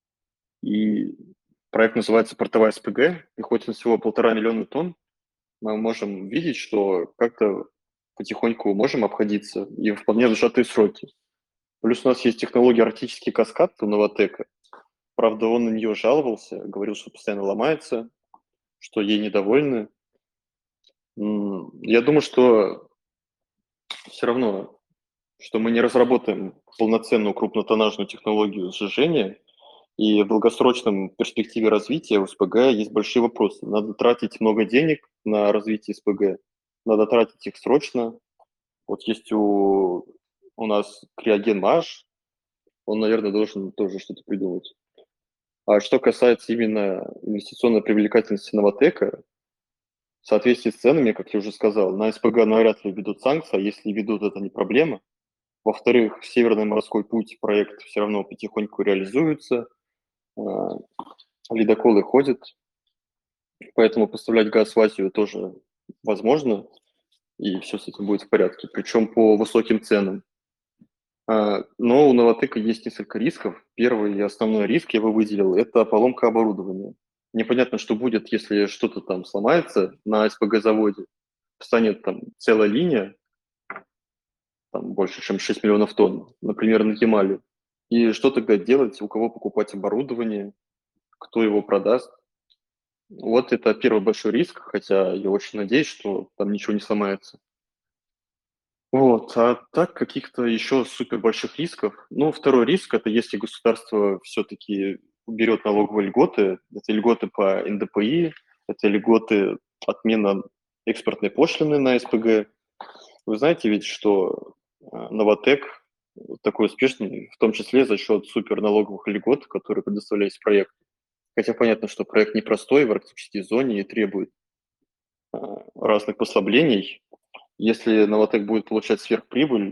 И проект называется «Портовая эс пи джи», и хоть он всего полтора миллиона тонн, мы можем видеть, что как-то потихоньку можем обходиться и вполне в сжатые сроки. Плюс у нас есть технология «Арктический каскад» у Новатэка. Правда, он на нее жаловался, говорил, что постоянно ломается, что ей недовольны. М, Я думаю, что все равно, что мы не разработаем полноценную крупнотоннажную технологию сжижения, и в долгосрочном перспективе развития у эс пи джи есть большие вопросы. Надо тратить много денег на развитие эс пи джи, надо тратить их срочно. Вот есть у, у нас Криоген Маш, он, наверное, должен тоже что-то придумать. А что касается именно инвестиционной привлекательности Новатэка, в соответствии с ценами, как я уже сказал, на эс пи джи навряд ли ведут санкции, а если ведут, это не проблема. Во-вторых, Северный морской путь проект все равно потихоньку реализуется, а, ледоколы ходят, поэтому поставлять газ в Азию тоже возможно, и все с этим будет в порядке, причем по высоким ценам. А, Но у Новатэка есть несколько рисков. Первый и основной риск я бы выделил – это поломка оборудования. Непонятно, что будет, если что-то там сломается на эс пи джи-заводе, встанет там целая линия, там больше, чем шесть миллионов тонн, например, на Ямале. И что тогда делать, у кого покупать оборудование, кто его продаст? Вот это первый большой риск, хотя я очень надеюсь, что там ничего не сломается. Вот, а так каких-то еще супер больших рисков. Ну, второй риск – это если государство все-таки берет налоговые льготы, это льготы по эн дэ пэ и, это льготы отмена экспортной пошлины на эс пи джи. Вы знаете ведь, что а, Новатэк такой успешный, в том числе за счет суперналоговых льгот, которые предоставлялись проекту. Хотя понятно, что проект непростой в арктической зоне и требует а, разных послаблений. Если Новатэк будет получать сверхприбыль,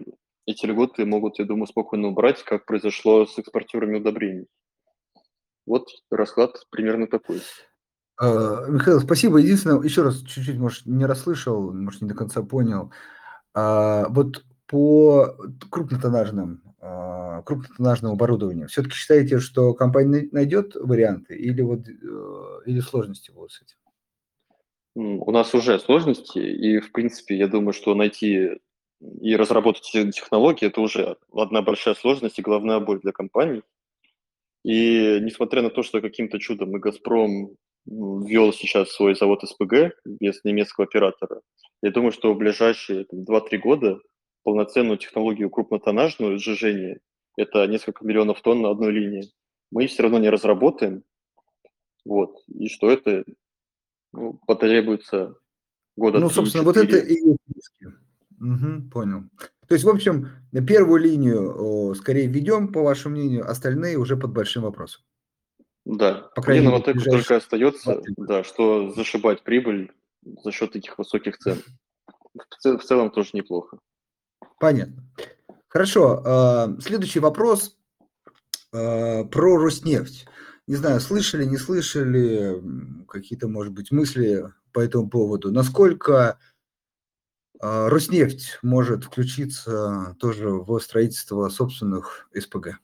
эти льготы могут, я думаю, спокойно убрать, как произошло с экспортерами удобрений. Вот расклад примерно такой. А, Михаил, спасибо. Единственное, еще раз чуть-чуть, может, не расслышал, может, не до конца понял. А, вот по крупнотоннажным, а, крупнотоннажному оборудованию все-таки считаете, что компания найдет варианты или вот э, или сложности будут с этим? М, У нас уже сложности, и, в принципе, я думаю, что найти и разработать эти технологии– это уже одна большая сложность и головная боль для компаний. И несмотря на то, что каким-то чудом и «Газпром» м, ввел сейчас свой завод СПГ без немецкого оператора, я думаю, что в ближайшие там, два-три года полноценную технологию крупнотоннажную сжижения, это несколько миллионов тонн на одной линии, мы все равно не разработаем, вот, и что это ну, потребуется года Ну, собственно, вот это три-четыре. и есть риски. Мгм, понял. То есть, в общем, на первую линию о, скорее введем, по вашему мнению, остальные уже под большим вопросом. Да, По мне крайней мере, в «Новатэку» ближайшие только остается, два-три года. да, что зашибать прибыль за счет таких высоких цен. В ц в целом тоже неплохо. Понятно. Хорошо, а, следующий вопрос, а, про Роснефть. Не знаю, слышали, не слышали, м, какие-то, может быть, мысли по этому поводу. Насколько, а, Роснефть может включиться тоже в строительство собственных СПГ?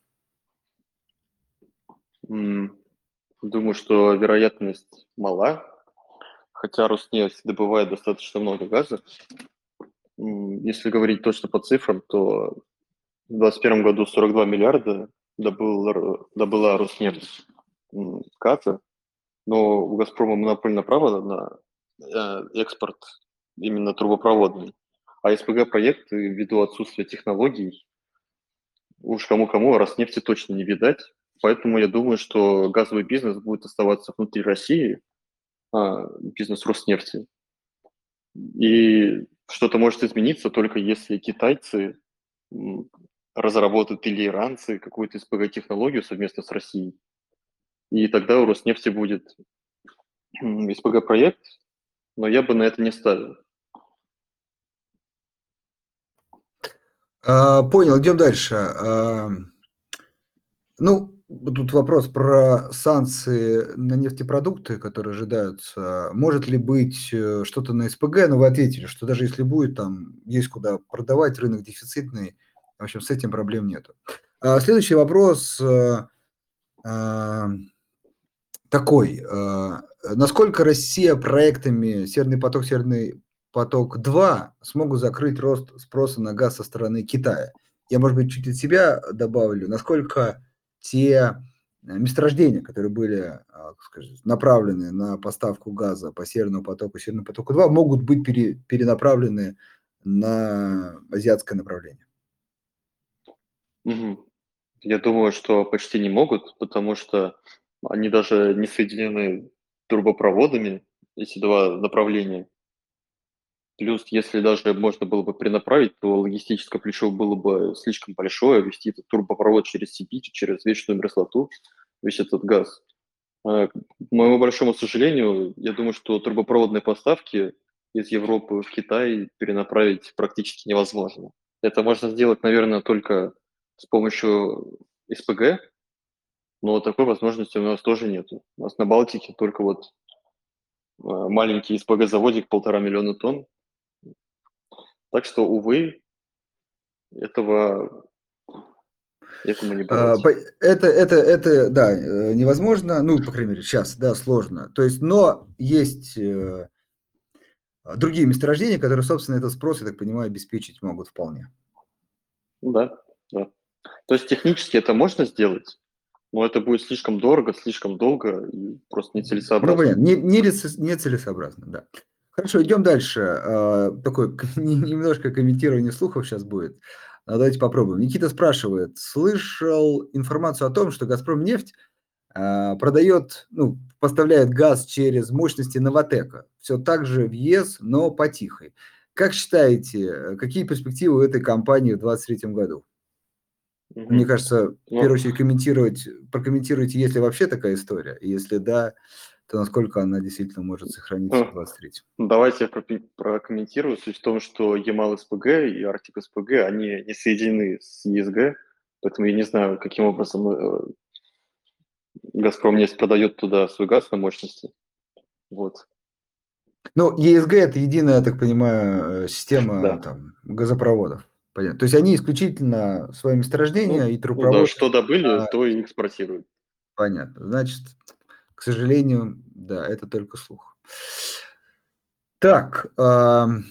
М, думаю, что вероятность мала, хотя «Роснефть» добывает достаточно много газа. М, если говорить точно по цифрам, то в двадцать первом году сорок два миллиарда добыл р добыла «Роснефть», м, газа, но у «Газпрома» монопольное право на, э, экспорт именно трубопроводный. А СПГ-проекты, ввиду отсутствия технологий, уж кому-кому, а «Роснефти» точно не видать. Поэтому я думаю, что газовый бизнес будет оставаться внутри России, а, бизнес «Роснефти». И что-то может измениться только если китайцы, м, разработают или иранцы какую-то СПГ-технологию совместно с Россией. И тогда у «Роснефти» будет, м, СПГ-проект, но я бы на это не ставил. А, понял, идем дальше. Ам, ну, вот тут вопрос про санкции на нефтепродукты, которые ожидаются. Может ли быть, э, что-то на СПГ? Но вы ответили, что даже если будет, там есть куда продавать, рынок дефицитный. В общем, с этим проблем нету. А, следующий вопрос, э, ам, такой. А, насколько Россия проектами «Северный поток», «Северный поток-два» смогут закрыть рост спроса на газ со стороны Китая? Я, может быть, чуть от себя добавлю. Насколько те, э, месторождения, которые были, а, как сказать, направлены на поставку газа по «Северному потоку», «Северному потоку-два» могут быть пере перенаправлены на азиатское направление? Мгм. Я думаю, что почти не могут, потому что они даже не соединены трубопроводами, эти два направления. Плюс, если даже можно было бы перенаправить, то логистическое плечо было бы слишком большое, вести этот трубопровод через Сибирь, через вечную мерзлоту, весь этот газ. А, к моему большому сожалению, я думаю, что трубопроводные поставки из Европы в Китай перенаправить практически невозможно. Это можно сделать, наверное, только с помощью СПГ, но такой возможности у нас тоже нету. У нас на Балтике только вот, а, маленький СПГ-заводик полтора миллиона тонн. Так что, увы, этого этому не А, бывать. по это это это, да, э, невозможно, ну, по крайней мере, сейчас, да, сложно. То есть, но есть, э, а, другие месторождения, которые, собственно, этот спрос, я так понимаю, обеспечить могут вполне. Ну да, да. То есть технически это можно сделать, но это будет слишком дорого, слишком долго и просто Ну, нецелесообразно. понятно, не нерец нецелесообразно, да. Хорошо, идем дальше. А, такое к не немножко комментирование слухов сейчас будет. А, давайте попробуем. Никита спрашивает: слышал информацию о том, что «Газпромнефть» а, продает, ну, поставляет газ через мощности «Новатэка». Все так же в ЕС, но по тихой. Как считаете, э, какие перспективы у этой компании в двадцать третьем году? Мне Мгм. кажется, в Ну, первую очередь комментировать прокомментируйте, есть ли вообще такая история. И если да, то насколько она действительно может сохраниться в Ну, двадцать третьем? давайте я пропи- прокомментирую. Суть в том, что Ямал-СПГ и Арктик-СПГ, они не соединены с ЕСГ, поэтому я не знаю, каким образом э, «Газпром» нефть продает туда свой газ на мощности. Вот, Ну, ЕСГ – это единая, я так понимаю, э, система да. там, газопроводов. Понятно. То есть они исключительно свои месторождения Ну, и ну да, трубопроводы. что добыли, а, то и экспортируют. Понятно. Значит, к сожалению, да, это только слух. Так, ам,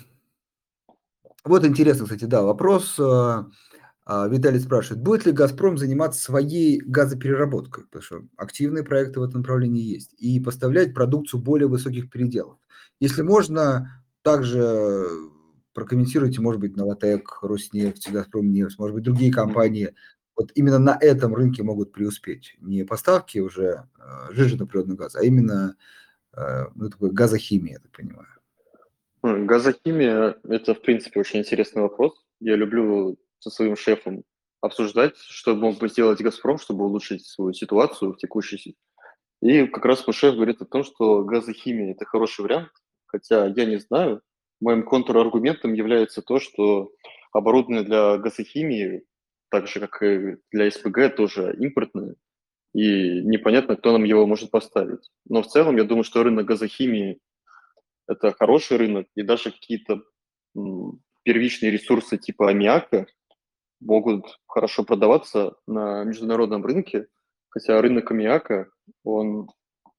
вот интересно, кстати, да, вопрос. а, а, Виталий спрашивает, будет ли «Газпром» заниматься своей газопереработкой, потому что активные проекты в этом направлении есть, и поставлять продукцию более высоких переделов. Если можно, также прокомментируйте, может быть, «Новатэк», «Роснефть», «Газпромнефть», может быть, другие Мгм. компании вот именно на этом рынке могут преуспеть. Не поставки уже э, сжиженного природного газа, а именно э, ну, такой газохимия, я так понимаю. М, Газохимия– это, в принципе, очень интересный вопрос. Я люблю со своим шефом обсуждать, что мог бы сделать «Газпром», чтобы улучшить свою ситуацию в текущей. си- И как раз мой шеф говорит о том, что газохимия– это хороший вариант, хотя я не знаю. Моим контраргументом является то, что оборудование для газохимии, так же, как и для СПГ, тоже импортное, и непонятно, кто нам его может поставить. Но в целом, я думаю, что рынок газохимии– это хороший рынок, и даже какие-то м, первичные ресурсы типа аммиака могут хорошо продаваться на международном рынке, хотя рынок аммиака, он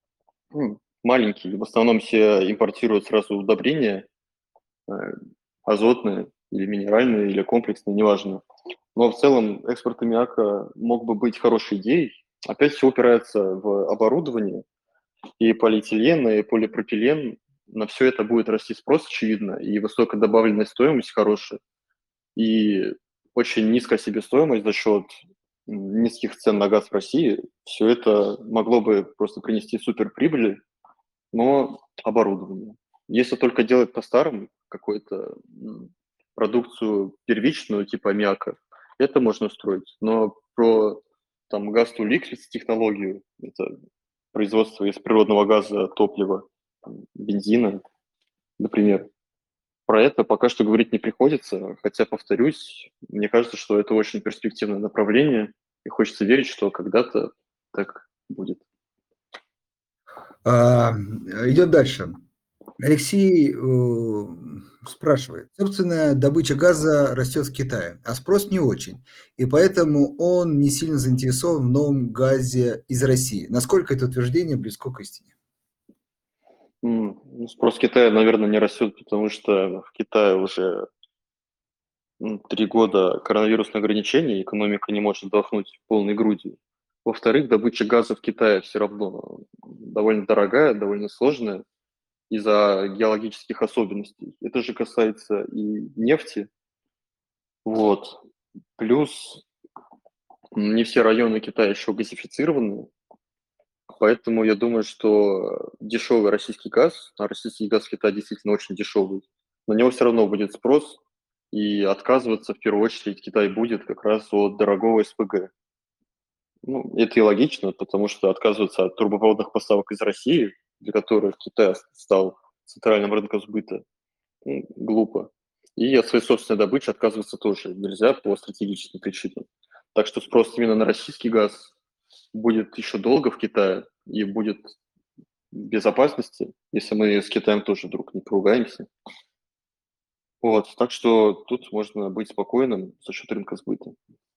м, маленький, в основном все импортируют сразу удобрения, э, азотные или минеральные, или комплексные, неважно. Но в целом экспорт аммиака мог бы быть хорошей идеей. Опять все упирается в оборудование, и полиэтилен, и полипропилен. На все это будет расти спрос, очевидно, и высокая добавленная стоимость хорошая, и очень низкая себестоимость за счет м, низких цен на газ в России. Все это могло бы просто принести суперприбыли, но оборудование. Если только делать по-старому какую-то м, продукцию первичную, типа аммиака, это можно устроить. Но про там газ to liquids технологию, это производство из природного газа топлива, там, бензина, например, про это пока что говорить не приходится, хотя, повторюсь, мне кажется, что это очень перспективное направление, и хочется верить, что когда-то так будет. А, идет дальше. Алексей э, спрашивает. Собственно, добыча газа растет в Китае, а спрос не очень. И поэтому он не сильно заинтересован в новом газе из России. Насколько это утверждение близко к истине? М, ну, спрос Китая, наверное, не растет, потому что в Китае уже м, три года коронавирусных ограничений, экономика не может вдохнуть полной грудью. Во-вторых, добыча газа в Китае все равно довольно дорогая, довольно сложная из-за геологических особенностей. Это же касается и нефти. Вот. Плюс м, не все районы Китая еще газифицированы, поэтому я думаю, что дешевый российский газ, а российский газ в Китае действительно очень дешевый, на него все равно будет спрос, и отказываться в первую очередь Китай будет как раз от дорогого СПГ. Ну, это и логично, потому что отказываться от трубопроводных поставок из России, для которых Китай стал центральным рынком сбыта, ну, глупо. И от своей собственной добычи отказываться тоже нельзя по стратегическим причинам. Так что спрос именно на российский газ будет еще долго в Китае и будет в безопасности, если мы с Китаем тоже вдруг не поругаемся. Вот, так что тут можно быть спокойным за счет рынка сбыта.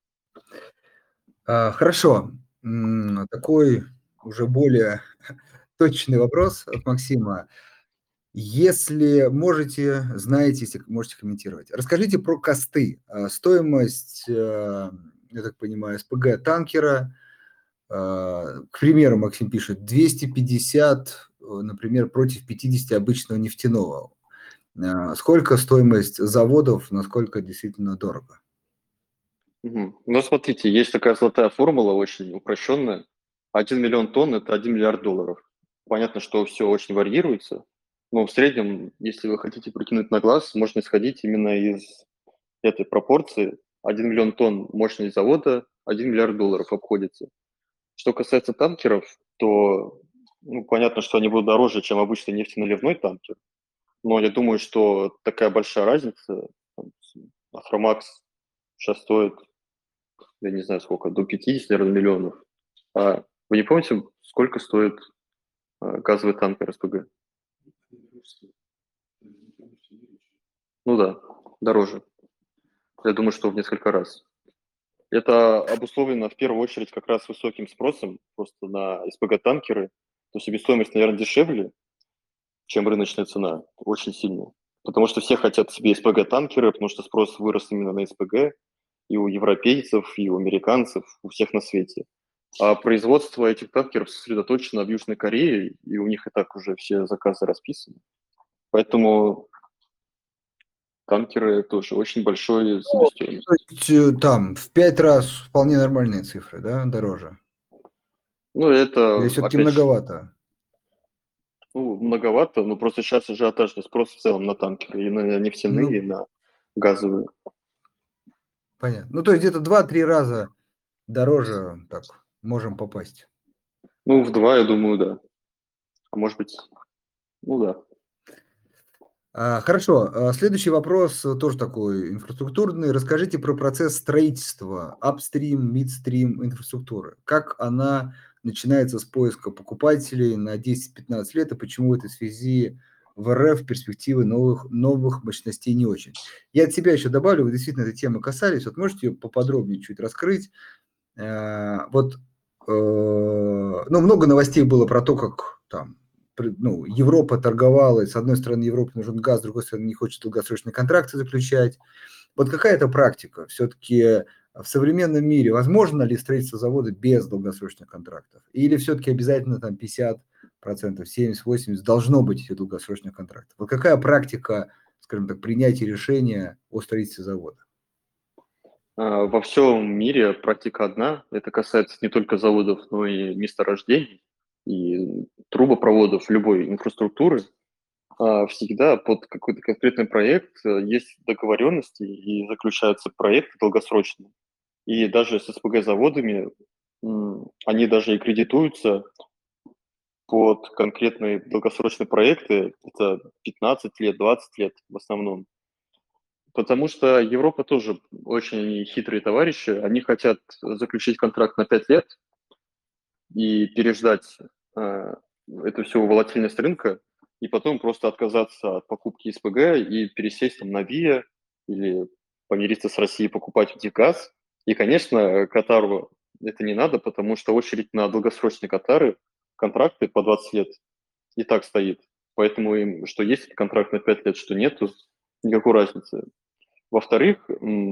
А, хорошо. М, Такой уже более точный вопрос от Максима. Если можете, знаете, если можете комментировать. Расскажите про косты. А, Стоимость, э, я так понимаю, СПГ танкера. а, К примеру, Максим пишет, двести пятьдесят, э, например, против пятидесяти обычного нефтяного. А, Сколько стоимость заводов, насколько действительно дорого? Мгм. Ну, смотрите, есть такая золотая формула, очень упрощенная. Один миллион тонн– это один миллиард долларов. Понятно, что все очень варьируется, но в среднем, если вы хотите прикинуть на глаз, можно исходить именно из этой пропорции. Один миллион тонн мощность завода, один миллиард долларов обходится. Что касается танкеров, то Ну, понятно, что они будут дороже, чем обычный нефтеналивной танкер, но я думаю, что такая большая разница. Там, с- Афромакс сейчас стоит, я не знаю сколько, до пятидесяти, наверное, миллионов. А вы не помните, сколько стоит а, газовый танкер СПГ? Ну да, дороже. Я думаю, что в несколько раз. Это обусловлено в первую очередь как раз высоким спросом просто на СПГ-танкеры. То есть себестоимость, наверное, дешевле, чем рыночная цена, очень сильно. Потому что все хотят себе СПГ-танкеры, потому что спрос вырос именно на СПГ и у европейцев, и у американцев, у всех на свете. А производство этих танкеров сосредоточено в Южной Корее, и у них и так уже все заказы расписаны. Поэтому танкеры тоже очень большой Ну, себестоимость. то есть, э, там в пять раз вполне нормальные цифры, да, дороже? Ну, Или это, все-таки опять же, многовато? ну, многовато, но просто сейчас ажиотажный спрос в целом на танкеры, и на нефтяные, и Ну, на газовые. понятно. Ну, то есть где-то два-три раза дороже, так, можем попасть. Ну, в два, я думаю, да. А может быть, ну да. А, хорошо, а, следующий вопрос э, тоже такой инфраструктурный. Расскажите про процесс строительства upstream, midstream инфраструктуры. Как она начинается с поиска покупателей на десять-пятнадцать лет, и почему в этой связи в РФ перспективы новых, новых мощностей не очень? Я от себя еще добавлю, вы действительно этой темы касались, вот можете ее поподробнее чуть раскрыть? Э, вот, э, ну, много новостей было про то, как там, при- ну, Европа торговала, и с одной стороны Европе нужен газ, с другой стороны не хочет долгосрочные контракты заключать. Вот какая это практика? Все-таки в современном мире возможно ли строительство завода без долгосрочных контрактов? Или все-таки обязательно там пятьдесят процентов, семьдесят-восемьдесят должно быть этих долгосрочных контрактов? Вот какая практика, скажем так, принятия решения о строительстве завода? А, Во всем мире практика одна. Это касается не только заводов, но и месторождений, и трубопроводов, любой инфраструктуры. А, Всегда под какой-то конкретный проект э, есть договоренности и заключаются проекты долгосрочные. И даже с СПГ-заводами м, они даже и кредитуются под конкретные долгосрочные проекты. Это пятнадцать лет, двадцать лет в основном. Потому что Европа тоже очень хитрые товарищи. Они хотят заключить контракт на пять лет и переждать э, эту всю волатильность рынка, и потом просто отказаться от покупки СПГ и пересесть там на ВИА или помириться с Россией, покупать у них газ. И, конечно, Катару это не надо, потому что очередь на долгосрочные Катары, контракты по двадцать лет и так стоит. Поэтому им, что есть контракт на пять лет, что нету, никакой разницы. Во-вторых,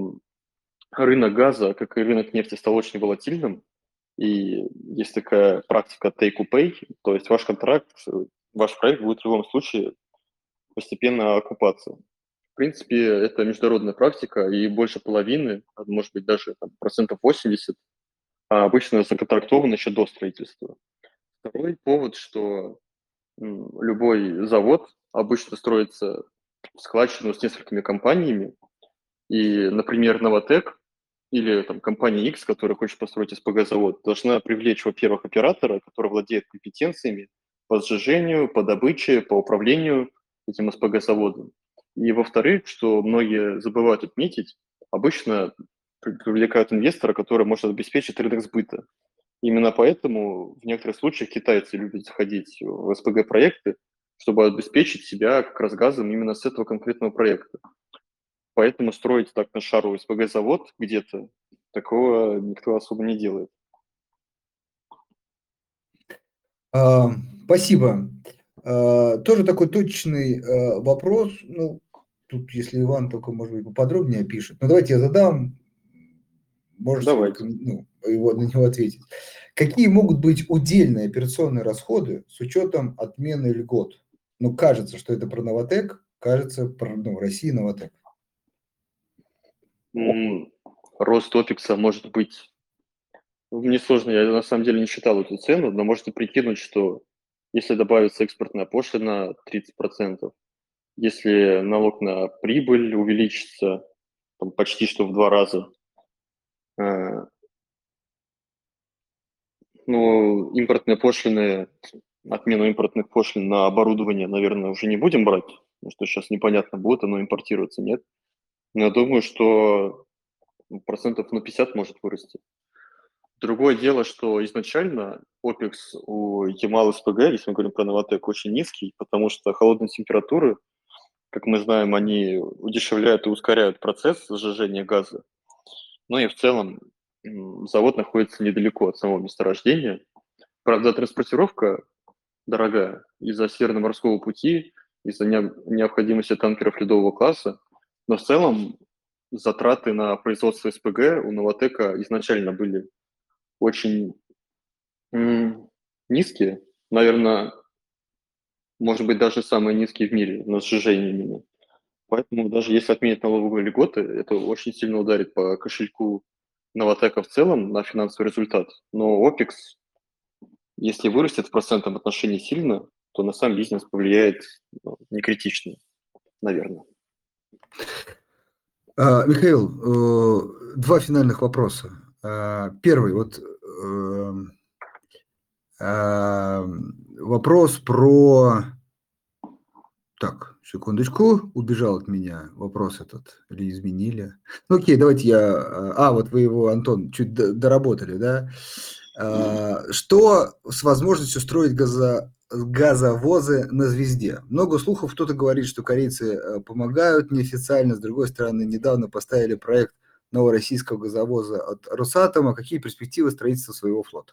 рынок газа, как и рынок нефти, стал очень волатильным, и есть такая практика take or pay, то есть ваш контракт, ваш проект будет в любом случае постепенно окупаться. В принципе, это международная практика, и больше половины, а может быть даже там, процентов восемьдесят, а обычно законтрактовано еще до строительства. Второй повод, что м, любой завод обычно строится в складчину с несколькими компаниями, и, например, Новотек или там компания X, которая хочет построить СПГ-завод, должна привлечь, во-первых, оператора, который владеет компетенциями по сжижению, по добыче, по управлению этим СПГ-заводом. И, во-вторых, что многие забывают отметить, обычно при- привлекают инвестора, который может обеспечить рынок сбыта. Именно поэтому в некоторых случаях китайцы любят заходить в СПГ-проекты, чтобы обеспечить себя как раз газом именно с этого конкретного проекта. Поэтому строить так на шару СПГ-завод где-то, такого никто особо не делает. А, спасибо. А, тоже такой точный э, вопрос. Ну, тут, если Иван только, может быть, поподробнее опишет. Но давайте я задам, можете вы Давайте. ком- ну, его, на него ответить. Какие могут быть удельные операционные расходы с учетом отмены льгот? Ну, кажется, что это про Новотек, кажется, про ну, Россия Новотек. М, Рост опекса может быть... ну, мне сложно, я на самом деле не считал эту цену, но можете прикинуть, что если добавится экспортная пошлина тридцать процентов, если налог на прибыль увеличится там, почти что в два раза, э, ну, импортные пошлины отмену импортных пошлин на оборудование, наверное, уже не будем брать, потому что сейчас непонятно, будет оно импортироваться, нет. Но я думаю, что процентов на пятьдесят может вырасти. Другое дело, что изначально опекс у Ямал-СПГ, если мы говорим про Новотек, очень низкий, потому что холодные температуры, как мы знаем, они удешевляют и ускоряют процесс сжижения газа. Ну и в целом завод находится недалеко от самого месторождения. Правда, транспортировка дорогая из-за Северно-морского пути, из-за необходимости танкеров ледового класса, но в целом затраты на производство СПГ у Новотека изначально были очень м, низкие, наверное, может быть, даже самые низкие в мире на сжижение именно. Поэтому даже если отменить налоговые льготы, это очень сильно ударит по кошельку Новотека в целом на финансовый результат. Но опекс, если вырастет в процентном отношении сильно, то на сам бизнес повлияет ну, не критично, наверное. А, Михаил, э, два финальных вопроса. А, Первый, вот эм, а, вопрос про... Так, секундочку, убежал от меня вопрос этот, или изменили. Ну, окей, давайте я... А, а, вот вы его, Антон, чуть д- доработали, да? А, Что с возможностью строить газо- газовозы на «Звезде»? Много слухов, кто-то говорит, что корейцы э, помогают неофициально, с другой стороны, недавно поставили проект новороссийского газовоза от «Росатома». Какие перспективы строительства своего флота?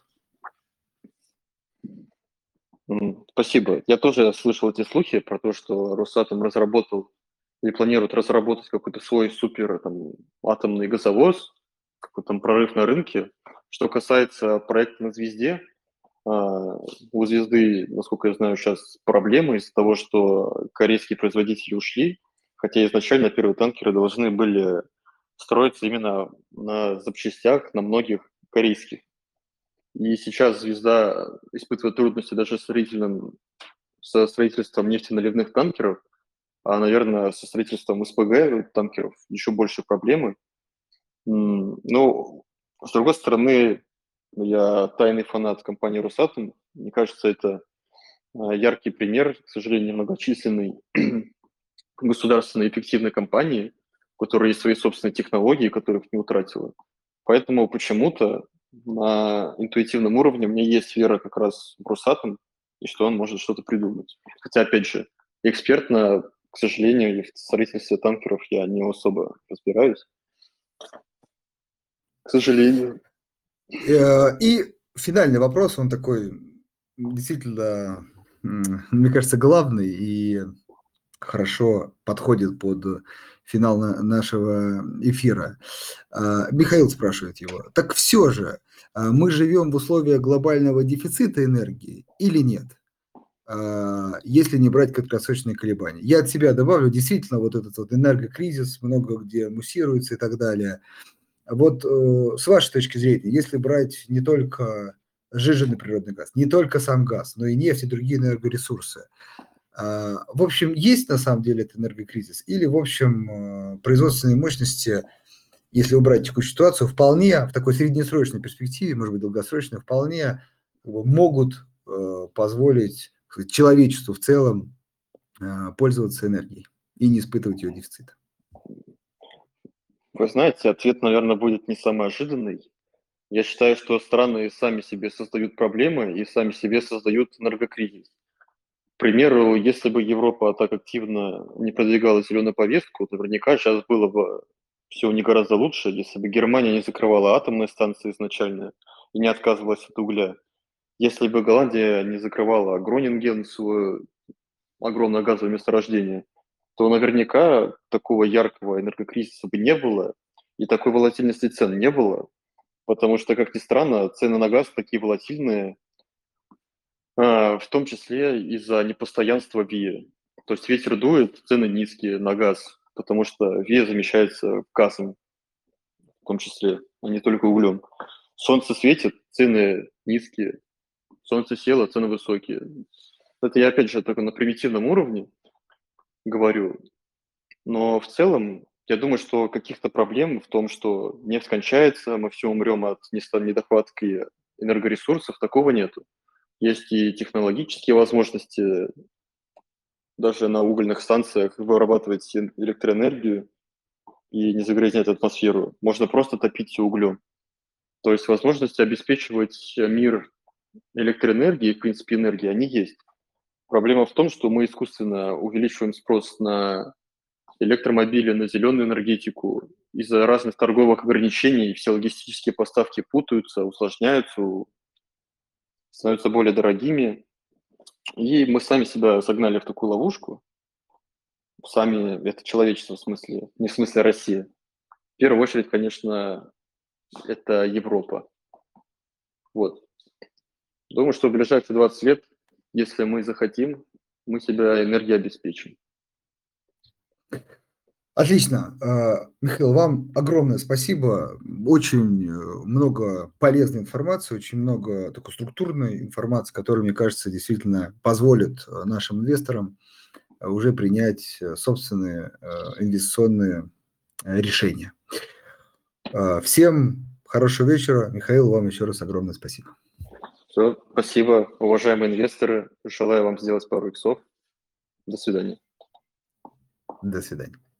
М, Спасибо. Я тоже слышал эти слухи про то, что Росатом разработал или планирует разработать какой-то свой супер там, атомный газовоз, какой-то там прорыв на рынке. Что касается проекта на «Звезде», а, у «Звезды», насколько я знаю, сейчас проблемы из-за того, что корейские производители ушли, хотя изначально первые танкеры должны были строиться именно на запчастях, на многих корейских. И сейчас «Звезда» испытывает трудности даже с строительным, со строительством нефтеналивных танкеров, а, наверное, со строительством СПГ танкеров еще больше проблемы. М, Ну, с другой стороны, я тайный фанат компании «Росатом». Мне кажется, это а, яркий пример, к сожалению, многочисленной государственной эффективной компании, у которой есть свои собственные технологии, которых не утратила. Поэтому почему-то на интуитивном уровне у меня есть вера как раз в Росатом, и что он может что-то придумать. Хотя, опять же, экспертно, к сожалению, в строительстве танкеров я не особо разбираюсь. К сожалению. Э, И финальный вопрос, он такой действительно, м, мне кажется, главный и хорошо подходит под финал на- нашего эфира. А, Михаил спрашивает его. Так все же, а, мы живем в условиях глобального дефицита энергии или нет? А, Если не брать краткосрочные колебания. Я от себя добавлю, действительно, вот этот вот энергокризис много где муссируется и так далее. А вот э, с вашей точки зрения, если брать не только сжиженный природный газ, не только сам газ, но и нефть и другие энергоресурсы, а, в общем, есть на самом деле этот энергокризис? Или, в общем, э, производственные мощности, если убрать текущую ситуацию, вполне в такой среднесрочной перспективе, может быть, долгосрочной, вполне как бы, могут э, позволить так сказать, человечеству в целом э, пользоваться энергией и не испытывать ее дефицита? Вы знаете, ответ, наверное, будет не самый ожиданный. Я считаю, что страны сами себе создают проблемы и сами себе создают энергокризис. К примеру, если бы Европа так активно не продвигала зеленую повестку, то наверняка сейчас было бы все не гораздо лучше, если бы Германия не закрывала атомные станции изначально и не отказывалась от угля. Если бы Голландия не закрывала Гронинген, свое огромное газовое месторождение, то наверняка такого яркого энергокризиса бы не было, и такой волатильности цен не было, потому что, как ни странно, цены на газ такие волатильные, а, в том числе из-за непостоянства ВИА. То есть ветер дует, цены низкие на газ, потому что ВИА замещается газом в том числе, а не только углем. Солнце светит, цены низкие, солнце село, цены высокие. Это я, опять же, только на примитивном уровне говорю, но в целом я думаю, что каких-то проблем в том, что нефть кончается, мы все умрем от неста- недохватки энергоресурсов, такого нету. есть и технологические возможности. Даже на угольных станциях вырабатывать эн- электроэнергию и не загрязнять атмосферу. Можно просто топить все углем. То есть возможности обеспечивать мир электроэнергией, в принципе, энергией, они есть. Проблема в том, что мы искусственно увеличиваем спрос на электромобили, на зеленую энергетику. Из-за разных торговых ограничений все логистические поставки путаются, усложняются, у- становятся более дорогими. И мы сами себя загнали в такую ловушку. Сами, это человечество в смысле, не в смысле Россия. В первую очередь, конечно, это Европа. Вот. Думаю, что в ближайшие двадцать лет, если мы захотим, мы себя энергией обеспечим. Отлично. А, Михаил, вам огромное спасибо. Очень э, много полезной информации, очень много такой структурной информации, которая, мне кажется, действительно позволит э, нашим инвесторам э, уже принять э, собственные э, инвестиционные э, решения. А, Всем хорошего вечера. Михаил, вам еще раз огромное спасибо. Все, спасибо, уважаемые инвесторы. Желаю вам сделать пару иксов. До свидания. До свидания.